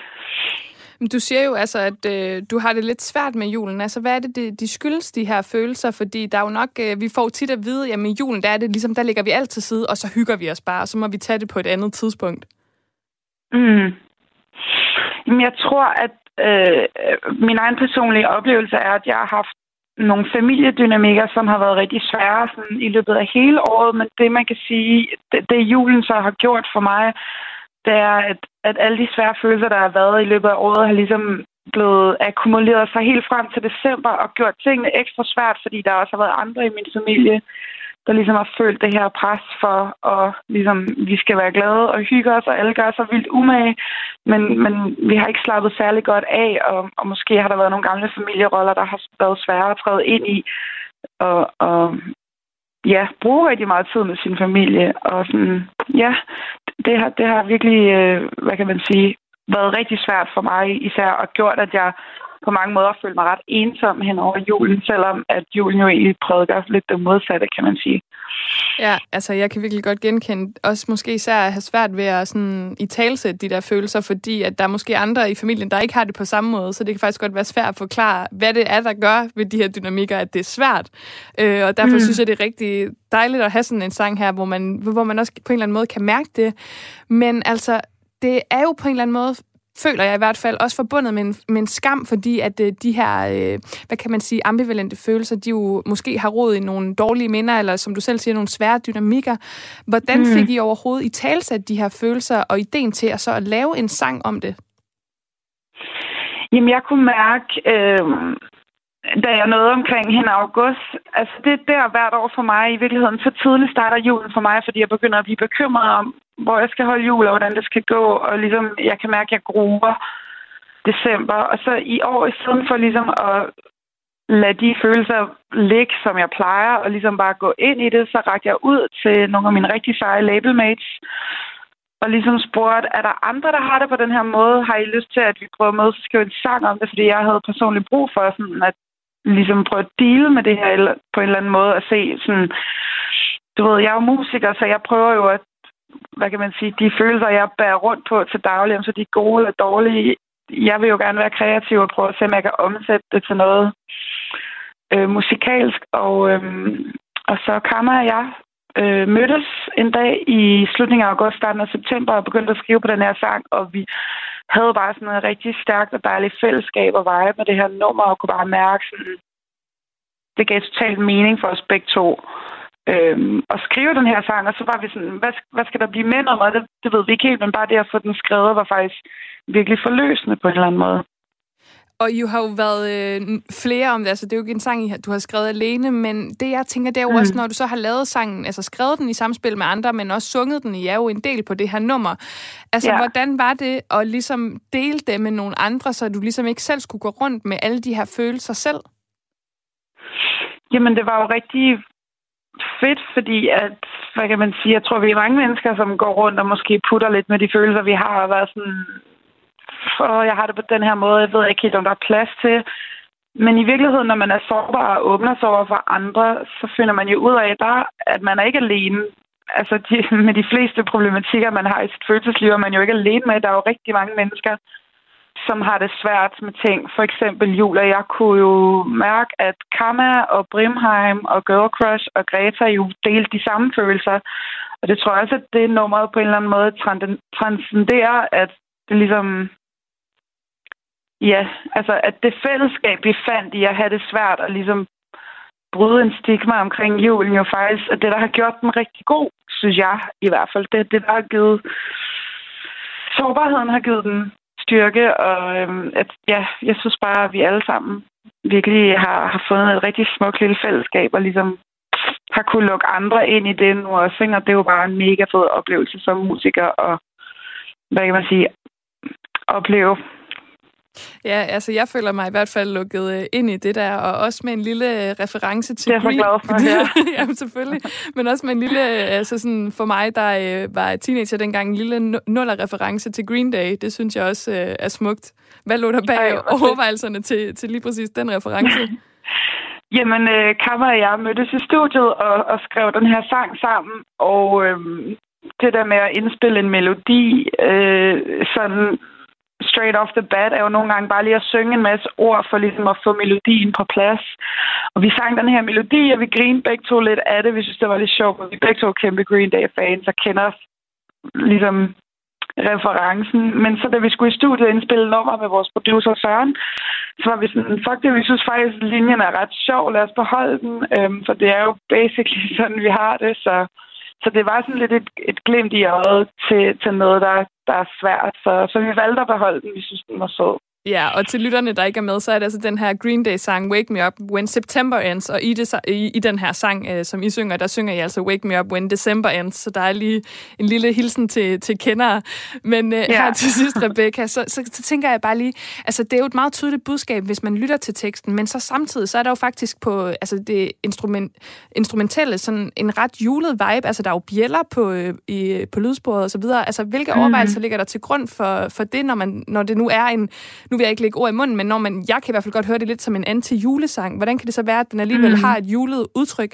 Du siger jo altså, at øh, du har det lidt svært med julen. Altså, hvad er det, de, de skyldes, de her følelser? Fordi der er jo nok, øh, vi får tit at vide, at i julen, der er det ligesom, der lægger vi alt til side, og så hygger vi os bare, og så må vi tage det på et andet tidspunkt. Mm. Jamen, jeg tror, at øh, min egen personlige oplevelse er, at jeg har haft nogle familiedynamikker, som har været rigtig svære sådan, i løbet af hele året, men det, man kan sige, det, det julen så har gjort for mig, det er, at, at alle de svære følelser, der har været i løbet af året, har ligesom blevet akkumuleret sig helt frem til december og gjort tingene ekstra svært, fordi der også har været andre i min familie, der ligesom har følt det her pres for, at ligesom, vi skal være glade og hygge os, og alle gør så vildt umage, men, men vi har ikke slappet særlig godt af, og, og måske har der været nogle gamle familieroller, der har været svære at træde ind i, og, og ja, bruge rigtig meget tid med sin familie, og sådan, ja, det har, det har virkelig, hvad kan man sige, været rigtig svært for mig, især, og gjort, at jeg på mange måder følte mig ret ensom hen over julen, selvom at julen jo egentlig prædiker lidt det modsatte, kan man sige. Ja, altså jeg kan virkelig godt genkende, også måske især at have svært ved at sådan italesætte de der følelser, fordi at der er måske andre i familien, der ikke har det på samme måde, så det kan faktisk godt være svært at forklare, hvad det er, der gør ved de her dynamikker, at det er svært. Øh, og derfor mm. synes jeg, det er rigtig dejligt at have sådan en sang her, hvor man, hvor man også på en eller anden måde kan mærke det. Men altså, det er jo på en eller anden måde, føler jeg i hvert fald, også forbundet med en, med en skam, fordi at øh, de her, øh, hvad kan man sige, ambivalente følelser, de jo måske har rod i nogle dårlige minder, eller som du selv siger, nogle svære dynamikker. Hvordan mm. fik I overhovedet i talsat de her følelser og ideen til at så at lave en sang om det? Jamen, jeg kunne mærke, øh, da jeg nåede omkring hen august, altså det er der hvert år for mig, i virkeligheden så tidligt starter julen for mig, fordi jeg begynder at blive bekymret om, hvor jeg skal holde jul, og hvordan det skal gå, og ligesom, jeg kan mærke, at jeg gruer december. Og så i år, i stedet for ligesom at lade de følelser ligge, som jeg plejer, og ligesom bare gå ind i det, så rakte jeg ud til nogle af mine rigtig seje labelmates, og ligesom spurgte, er der andre, der har det på den her måde? Har I lyst til, at vi prøver med at skrive en sang om det? Fordi jeg havde personligt brug for sådan, at ligesom prøve at deale med det her på en eller anden måde, og se sådan, du ved, jeg er jo musiker, så jeg prøver jo at, hvad kan man sige, de følelser, jeg bærer rundt på til daglig, om så de er gode eller dårlige. Jeg vil jo gerne være kreativ og prøve at se, om jeg kan omsætte det til noget øh, musikalsk. Og, øh, og så Kamma og jeg øh, mødtes en dag i slutningen af august, starten af september, og begyndte at skrive på den her sang, og vi havde bare sådan noget rigtig stærkt og dejligt fællesskab og vibe med det her nummer, og kunne bare mærke sådan, det gav totalt mening for os begge to. Øhm, og skrive den her sang, og så var vi sådan, hvad, hvad skal der blive med om, og det, det ved vi ikke helt, men bare det at få den skrevet var faktisk virkelig forløsende på en eller anden måde. Og I har jo været øh, flere om det, altså det er jo ikke en sang, du har skrevet alene, men det jeg tænker, det er jo mm. også, når du så har lavet sangen, altså skrevet den i samspil med andre, men også sunget den, I er jo en del på det her nummer. Altså, ja. Hvordan var det at ligesom dele det med nogle andre, så du ligesom ikke selv skulle gå rundt med alle de her følelser selv? Jamen, det var jo rigtig fedt, fordi at, hvad kan man sige, jeg tror, vi er mange mennesker, som går rundt og måske putter lidt med de følelser, vi har, og været sådan, og jeg har det på den her måde, jeg ved ikke helt, om der er plads til. Men i virkeligheden, når man er sårbar og åbner sig over for andre, så finder man jo ud af, der, at man er ikke alene. Altså de, med de fleste problematikker, man har i sit følelsesliv, er man jo ikke alene med. Der er jo rigtig mange mennesker, som har det svært med ting. For eksempel jul, og jeg kunne jo mærke, at Kamma og Brimheim og Girl Crush og Greta jo delte de samme følelser. Og det tror jeg også, at det nummeret på en eller anden måde transcenderer, at det ligesom ja, altså at det fællesskab, vi fandt i at have det svært at ligesom bryde en stigma omkring julen, jo faktisk er det, der har gjort den rigtig god, synes jeg i hvert fald. Det det, der har givet... Sårbarheden har givet den styrke, og øhm, at, ja, jeg synes bare, at vi alle sammen virkelig har, har fundet et rigtig smukt lille fællesskab, og ligesom har kunne lukke andre ind i det nu også, ikke? Og det er jo bare en mega fed oplevelse som musiker, og hvad kan man sige, opleve. Ja, altså jeg føler mig i hvert fald lukket ind i det der, og også med en lille reference til Green. Det er jeg glad for at høre. Jamen selvfølgelig, men også med en lille, altså sådan for mig, der øh, var teenager dengang, en lille nuller-reference til Green Day. Det synes jeg også øh, er smukt. Hvad lå der bag overvejelserne til, til lige præcis den reference? Jamen, øh, Kammer og jeg mødtes i studiet og, og skrev den her sang sammen, og øh, det der med at indspille en melodi, øh, sådan straight off the bat, er jo nogle gange bare lige at synge en masse ord for ligesom at få melodien på plads. Og vi sang den her melodi, og vi grinede begge to lidt af det. Vi synes, det var lidt sjovt, og vi begge to er kæmpe Green Day-fans og kender ligesom referencen. Men så da vi skulle i studiet indspille nummer med vores producer Søren, så var vi sådan, fuck det, vi synes faktisk, at linjen er ret sjov, lad os beholde den, øhm, for det er jo basically sådan, vi har det, så, så det var sådan lidt et, et glimt i øjet til, til noget, der, der er svært, så, så vi valgte at beholde den, vi synes, den var sød. Ja, og til lytterne, der ikke er med, så er det altså den her Green Day-sang Wake Me Up When September Ends, og i, det, i, i den her sang, øh, som I synger, der synger I altså Wake Me Up When December Ends, så der er lige en lille hilsen til, til kendere. Men øh, ja. Her til sidst, Rebecca, så, så, så tænker jeg bare lige, altså det er jo et meget tydeligt budskab, hvis man lytter til teksten, men så samtidig, så er der jo faktisk på altså det instrument, instrumentelle sådan en ret julet vibe, altså der er jo bjælder på, øh, i, på lydsporet og så videre, altså hvilke mm. overvejelser ligger der til grund for, for det, når, man, når det nu er en, nu vil jeg ikke lægge ord i munden, men når man, jeg kan i hvert fald godt høre det lidt som en anti-julesang. Hvordan kan det så være, at den alligevel mm. har et julet udtryk?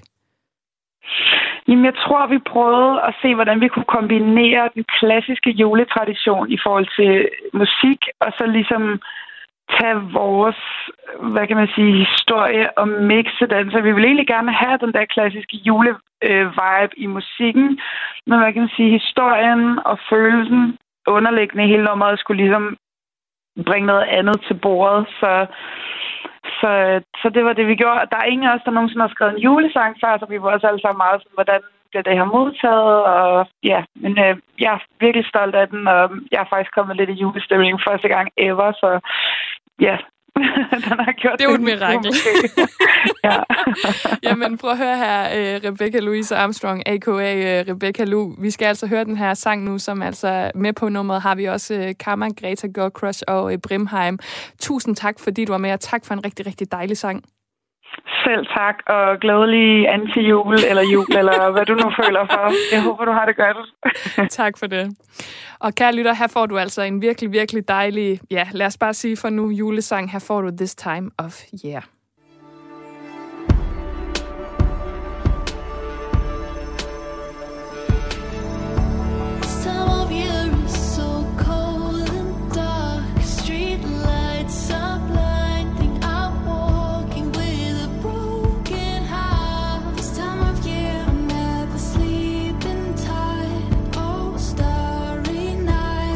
Jamen, jeg tror, vi prøvede at se, hvordan vi kunne kombinere den klassiske juletradition i forhold til musik, og så ligesom tage vores, hvad kan man sige, historie og mixe den. Så vi vil egentlig gerne have den der klassiske jule-vibe i musikken, men hvad kan man sige, historien og følelsen underliggende i hele nummeret skulle ligesom bringe noget andet til bordet, så, så, så det var det, vi gjorde. Der er ingen af os, der nogensinde har skrevet en julesang før, så vi var også alle sammen meget sådan, hvordan bliver det her modtaget, og ja, men øh, jeg er virkelig stolt af den, og jeg er faktisk kommet lidt i julestemning første gang ever, så ja, den har gjort det. Det er jo et mirakel. Ja. Jamen, prøv at høre her, Rebecca Louise Armstrong, a k a. Rebecca Lu. Vi skal altså høre den her sang nu, som altså med på nummeret har vi også Kammer, Greta Girlcrush og Brimheim. Tusind tak, fordi du var med, og tak for en rigtig, rigtig dejlig sang. Selv tak, og glædelig anti-jul, eller jul, eller hvad du nu føler for. Jeg håber, du har det godt. Tak for det. Og kære lytter, her får du altså en virkelig, virkelig dejlig, ja, lad os bare sige for nu, julesang. Her får du This Time of Year.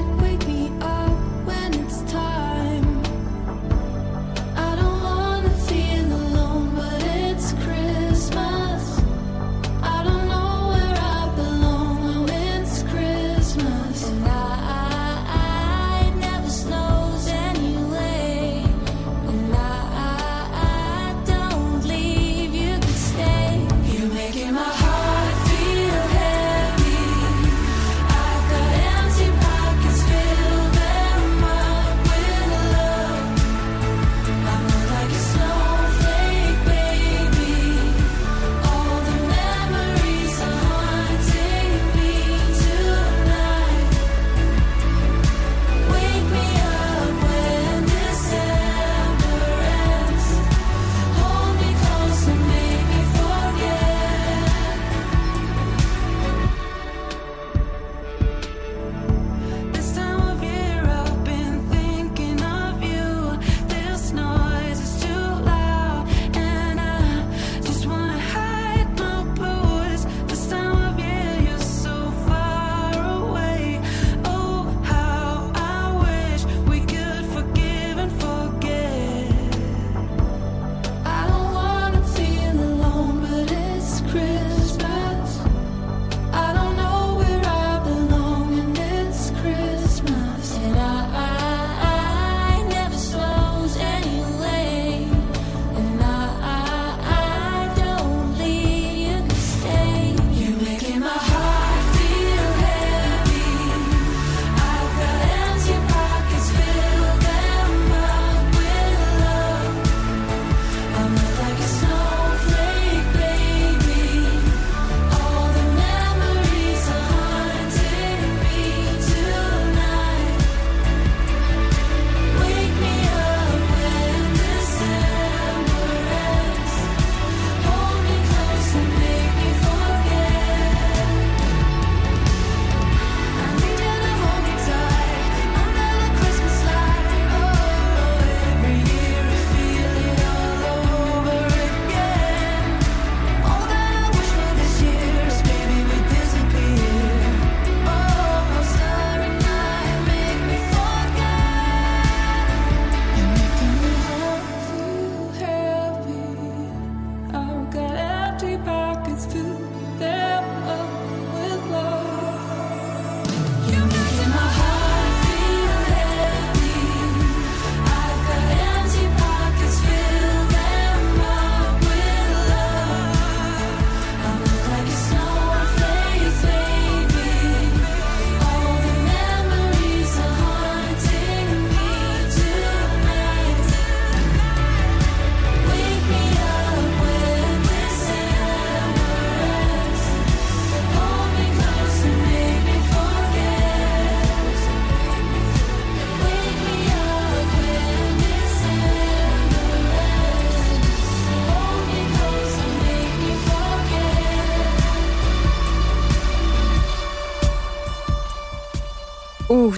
Feel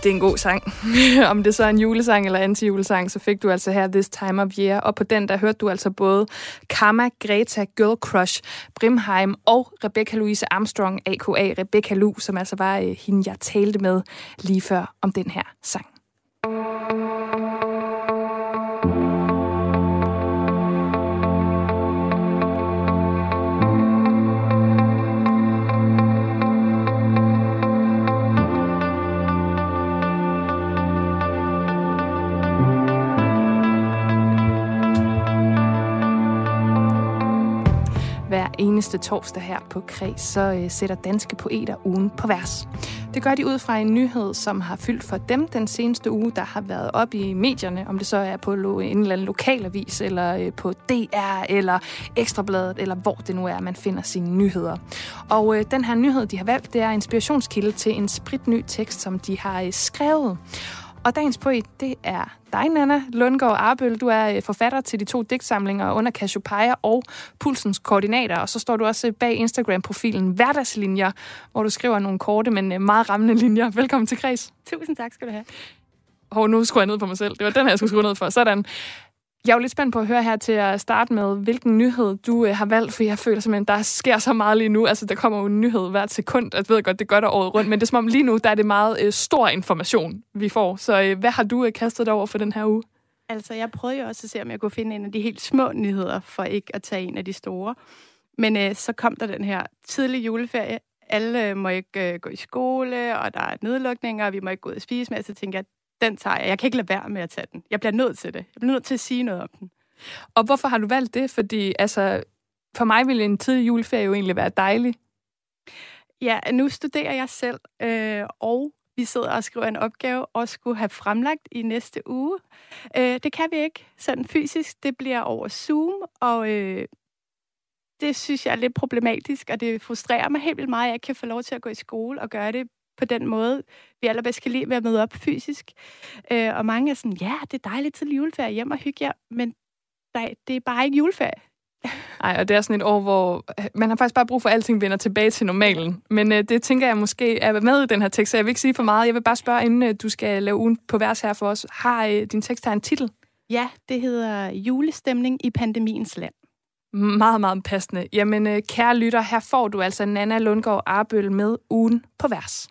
det er en god sang. Om det så er en julesang eller anti-julesang, så fik du altså her This Time of Year. Og på den, der hørte du altså både Karma, Greta, Girl Crush, Brimheim og Rebecca Louise Armstrong, a k a. Rebecca Lu, som altså var øh, hende, jeg talte med lige før om den her sang. Hver eneste torsdag her på Kreds, så øh, sætter danske poeter ugen på vers. Det gør de ud fra en nyhed, som har fyldt for dem den seneste uge, der har været op i medierne, om det så er på en eller anden lokalavis, eller øh, på D R, eller Ekstrabladet, eller hvor det nu er, man finder sine nyheder. Og øh, den her nyhed, de har valgt, det er inspirationskilde til en spritny tekst, som de har øh, skrevet. Og dagens poet, det er dig, Nanna Lundgaard Arbøl. Du er forfatter til de to digtsamlinger Under Cassiopeia og Pulsens Koordinater. Og så står du også bag Instagram-profilen Hverdagslinjer, hvor du skriver nogle korte, men meget rammende linjer. Velkommen til Kreds. Tusind tak skal du have. Hov, nu skruer jeg ned på mig selv. Det var den her, jeg skulle skrue ned for. Sådan. Jeg er jo lidt spændt på at høre her til at starte med, hvilken nyhed du øh, har valgt, for jeg føler simpelthen, der sker så meget lige nu. Altså, der kommer jo en nyhed hvert sekund. Jeg ved godt, det gør der året rundt, men det er som om lige nu, der er det meget øh, stor information, vi får. Så øh, hvad har du øh, kastet dig over for den her uge? Altså, jeg prøvede jo også at se, om jeg kunne finde en af de helt små nyheder, for ikke at tage en af de store. Men øh, så kom der den her tidlige juleferie. Alle øh, må ikke øh, gå i skole, og der er nedlukninger, og vi må ikke gå ud og spise med. Så tænker jeg, den tager jeg. Jeg kan ikke lade være med at tage den. Jeg bliver nødt til det. Jeg bliver nødt til at sige noget om den. Og hvorfor har du valgt det? Fordi altså, for mig ville en tidlig juleferie jo egentlig være dejlig. Ja, nu studerer jeg selv, øh, og vi sidder og skriver en opgave, og skulle have fremlagt i næste uge. Øh, det kan vi ikke sådan fysisk. Det bliver over Zoom, og øh, det synes jeg er lidt problematisk, og det frustrerer mig helt vildt meget, at jeg ikke kan få lov til at gå i skole og gøre det på den måde, vi allerbedst kan lide ved at møde op fysisk. Øh, og mange er sådan, ja, det er dejligt til juleferie hjem og hygge jer, men nej, det er bare ikke juleferie. Nej, og det er sådan et år, hvor man har faktisk bare brug for, at alting vender tilbage til normalen. Men øh, det tænker jeg måske er med i den her tekst, så jeg vil ikke sige for meget. Jeg vil bare spørge, inden øh, du skal lave ugen på vers her for os. Har øh, din tekst her en titel? Ja, det hedder Julestemning i pandemiens land. Meget, meget passende. Jamen, øh, kære lytter, her får du altså Nanna Lundgaard Arbøl med ugen på vers.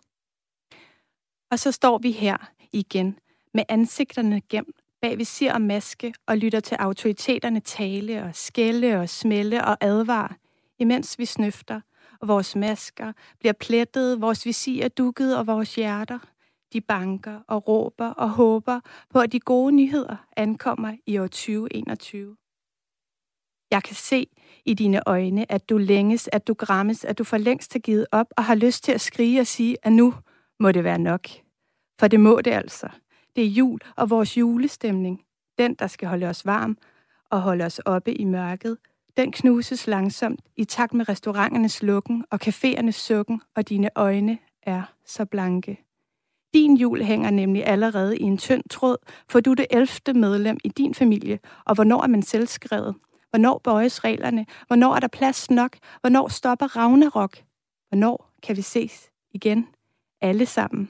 Og så står vi her igen med ansigterne gemt bag visir og maske og lytter til autoriteterne tale og skælde og smælde og advare, imens vi snøfter, og vores masker bliver plettet, vores visir dukket og vores hjerter. De banker og råber og håber på, at de gode nyheder ankommer i år tyve enogtyve. Jeg kan se i dine øjne, at du længes, at du grammes, at du for længst har givet op og har lyst til at skrige og sige, at nu må det være nok. For det må det altså. Det er jul og vores julestemning. Den, der skal holde os varm og holde os oppe i mørket, den knuses langsomt i takt med restauranternes lukken og caféernes sukken, og dine øjne er så blanke. Din jul hænger nemlig allerede i en tynd tråd, for du er det ellevte medlem i din familie, og hvornår er man selvskrevet? Hvornår bøjes reglerne? Hvornår er der plads nok? Hvornår stopper Ragnarok? Hvornår kan vi ses igen? Alle sammen.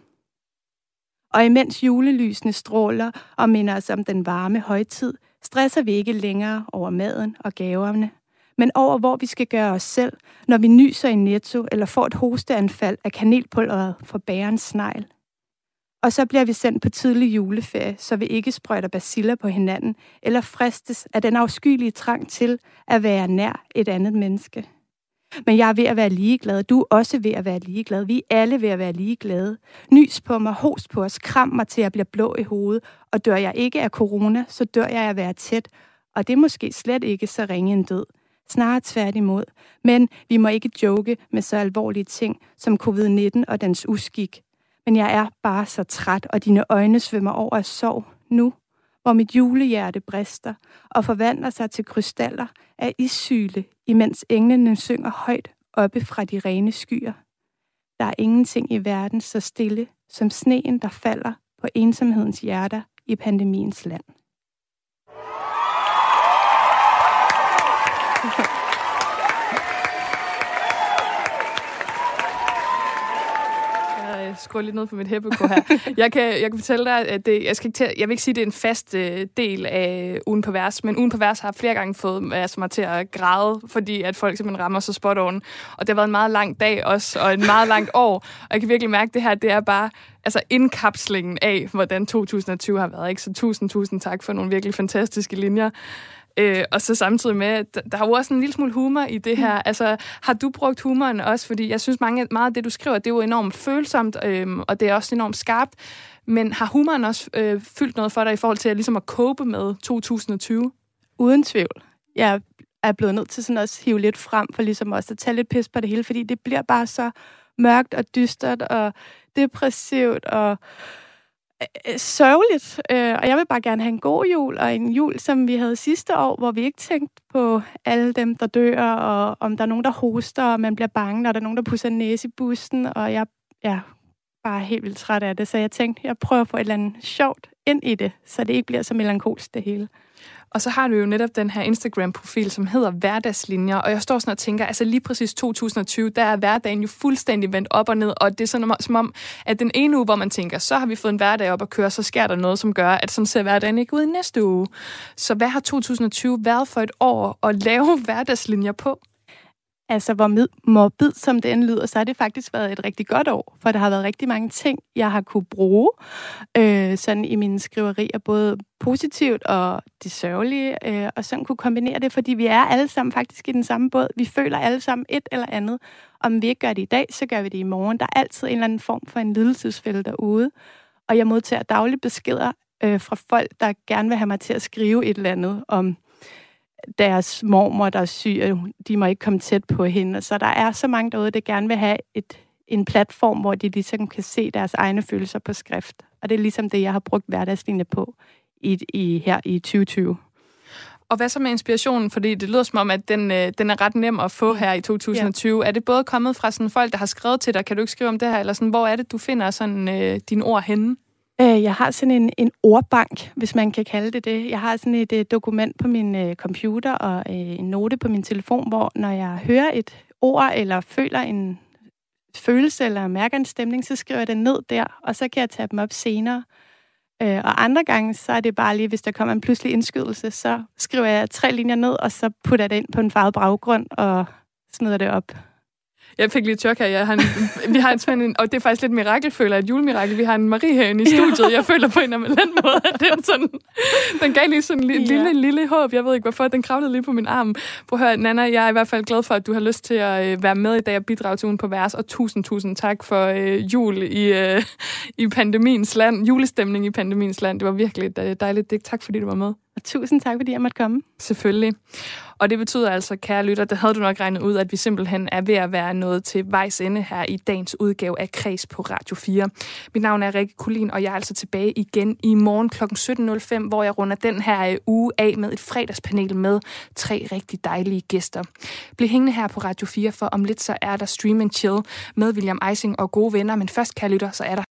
Og imens julelysene stråler og minder os om den varme højtid, stresser vi ikke længere over maden og gaverne, men over hvor vi skal gøre os selv, når vi nyser i Netto eller får et hosteanfald af kanelpulveret fra bærens snegl. Og så bliver vi sendt på tidlig juleferie, så vi ikke sprøjter baciller på hinanden eller fristes af den afskyelige trang til at være nær et andet menneske. Men jeg er ved at være ligeglad. Du er også ved at være ligeglad. Vi er alle ved at være ligeglade. Nys på mig, host på os, kram mig til at blive blå i hovedet. Og dør jeg ikke af corona, så dør jeg af at være tæt. Og det er måske slet ikke så ringe en død. Snarere tværtimod. Men vi må ikke joke med så alvorlige ting som covid nitten og dens uskik. Men jeg er bare så træt, og dine øjne svømmer over af sorg nu, hvor mit julehjerte brister og forvandler sig til krystaller af issyle, imens englene synger højt oppe fra de rene skyer. Der er ingenting i verden så stille som sneen, der falder på ensomhedens hjerter i pandemiens land. skruer lidt ned på mit hæppeko her. Jeg kan, jeg kan fortælle dig, at det, jeg, skal ikke til, jeg vil ikke sige, at det er en fast øh, del af Ugen på Vers, men Ugen på Vers har flere gange fået altså, mig til at græde, fordi at folk simpelthen rammer så spot on. Og det har været en meget lang dag også, og en meget langt år. Og jeg kan virkelig mærke, at det her, det er bare altså indkapslingen af, hvordan to tusind og tyve har været. Ikke? Så tusind, tusind tak for nogle virkelig fantastiske linjer. Øh, og så samtidig med, at der er jo også en lille smule humor i det her. Altså, har du brugt humoren også? Fordi jeg synes, mange, meget af det, du skriver, det er jo enormt følsomt, øh, og det er også enormt skarpt. Men har humoren også øh, fyldt noget for dig i forhold til at, ligesom at cope med to tusind og tyve? Uden tvivl. Jeg er blevet nødt til sådan også at hive lidt frem, for ligesom også at tage lidt pis på det hele, fordi det bliver bare så mørkt og dystert og depressivt og øh, sørgeligt. Øh, og jeg vil bare gerne have en god jul, og en jul, som vi havde sidste år, hvor vi ikke tænkte på alle dem, der dør, og om der er nogen, der hoster, og man bliver bange, når der er nogen, der pusser næse i bussen, og jeg ja, bare helt vildt træt af det. Så jeg tænkte, jeg prøver at få et eller andet sjovt ind i det, så det ikke bliver så melankolsk det hele. Og så har du jo netop den her Instagram-profil, som hedder Hverdagslinjer, og jeg står sådan og tænker, altså lige præcis to tusind og tyve, der er hverdagen jo fuldstændig vendt op og ned, og det er sådan som om, at den ene uge, hvor man tænker, så har vi fået en hverdag op at køre, så sker der noget, som gør, at sådan ser hverdagen ikke ud i næste uge. Så hvad har to tusind og tyve været for et år at lave hverdagslinjer på? Altså, hvor morbid som det end lyder, så har det faktisk været et rigtig godt år, for der har været rigtig mange ting, jeg har kunne bruge øh, sådan i mine skriverier, både positivt og det sørgelige, øh, og sådan kunne kombinere det, fordi vi er alle sammen faktisk i den samme båd. Vi føler alle sammen et eller andet. Om vi ikke gør det i dag, så gør vi det i morgen. Der er altid en eller anden form for en lidelsesfælde derude, og jeg modtager daglige beskeder øh, fra folk, der gerne vil have mig til at skrive et eller andet om deres mormor, der er syg, de må ikke komme tæt på hende. Så der er så mange derude, der gerne vil have et, en platform, hvor de ligesom kan se deres egne følelser på skrift. Og det er ligesom det, jeg har brugt hverdagslinje på i, i, her i tyve tyve. Og hvad så med inspirationen? Fordi det lyder som om, at den, den er ret nem at få her i to tusind og tyve. Ja. Er det både kommet fra sådan folk, der har skrevet til dig, kan du ikke skrive om det her, eller sådan, hvor er det, du finder sådan, øh, dine ord henne? Jeg har sådan en, en ordbank, hvis man kan kalde det det. Jeg har sådan et, et dokument på min øh, computer og øh, en note på min telefon, hvor når jeg hører et ord eller føler en følelse eller mærker en stemning, så skriver jeg det ned der, og så kan jeg tage dem op senere. Øh, og andre gange, så er det bare lige, hvis der kommer en pludselig indskydelse, så skriver jeg tre linjer ned, og så putter jeg det ind på en farvet baggrund og smider det op. Jeg fik lige chok her. Jeg har en, vi har en spændende, og det er faktisk lidt mirakel, føler jeg, et julemirakel. Vi har en Marie herinde i studiet. Jeg føler på en eller anden måde, at den, sådan, den gav lige sådan en lille, ja. lille, lille håb. Jeg ved ikke hvorfor. Den kravlede lige på min arm. Prøv at høre, Nanna, jeg er i hvert fald glad for, at du har lyst til at være med i dag og bidrage til Ugen på Vers. Og tusind, tusind tak for øh, jul i, øh, i pandemiens land. Julestemning i pandemiens land. Det var virkelig et dejligt digt. Tak fordi du var med. Og tusind tak, fordi jeg måtte komme. Selvfølgelig. Og det betyder altså, kære lytter, det havde du nok regnet ud, at vi simpelthen er ved at være nået til vejs ende her i dagens udgave af Kreds på Radio fire. Mit navn er Rikke Kulin, og jeg er altså tilbage igen i morgen klokken sytten nul fem, hvor jeg runder den her uge af med et fredagspanel med tre rigtig dejlige gæster. Bliv hængende her på Radio fire, for om lidt så er der Stream and Chill med William Eising og gode venner. Men først, kære lytter, så er der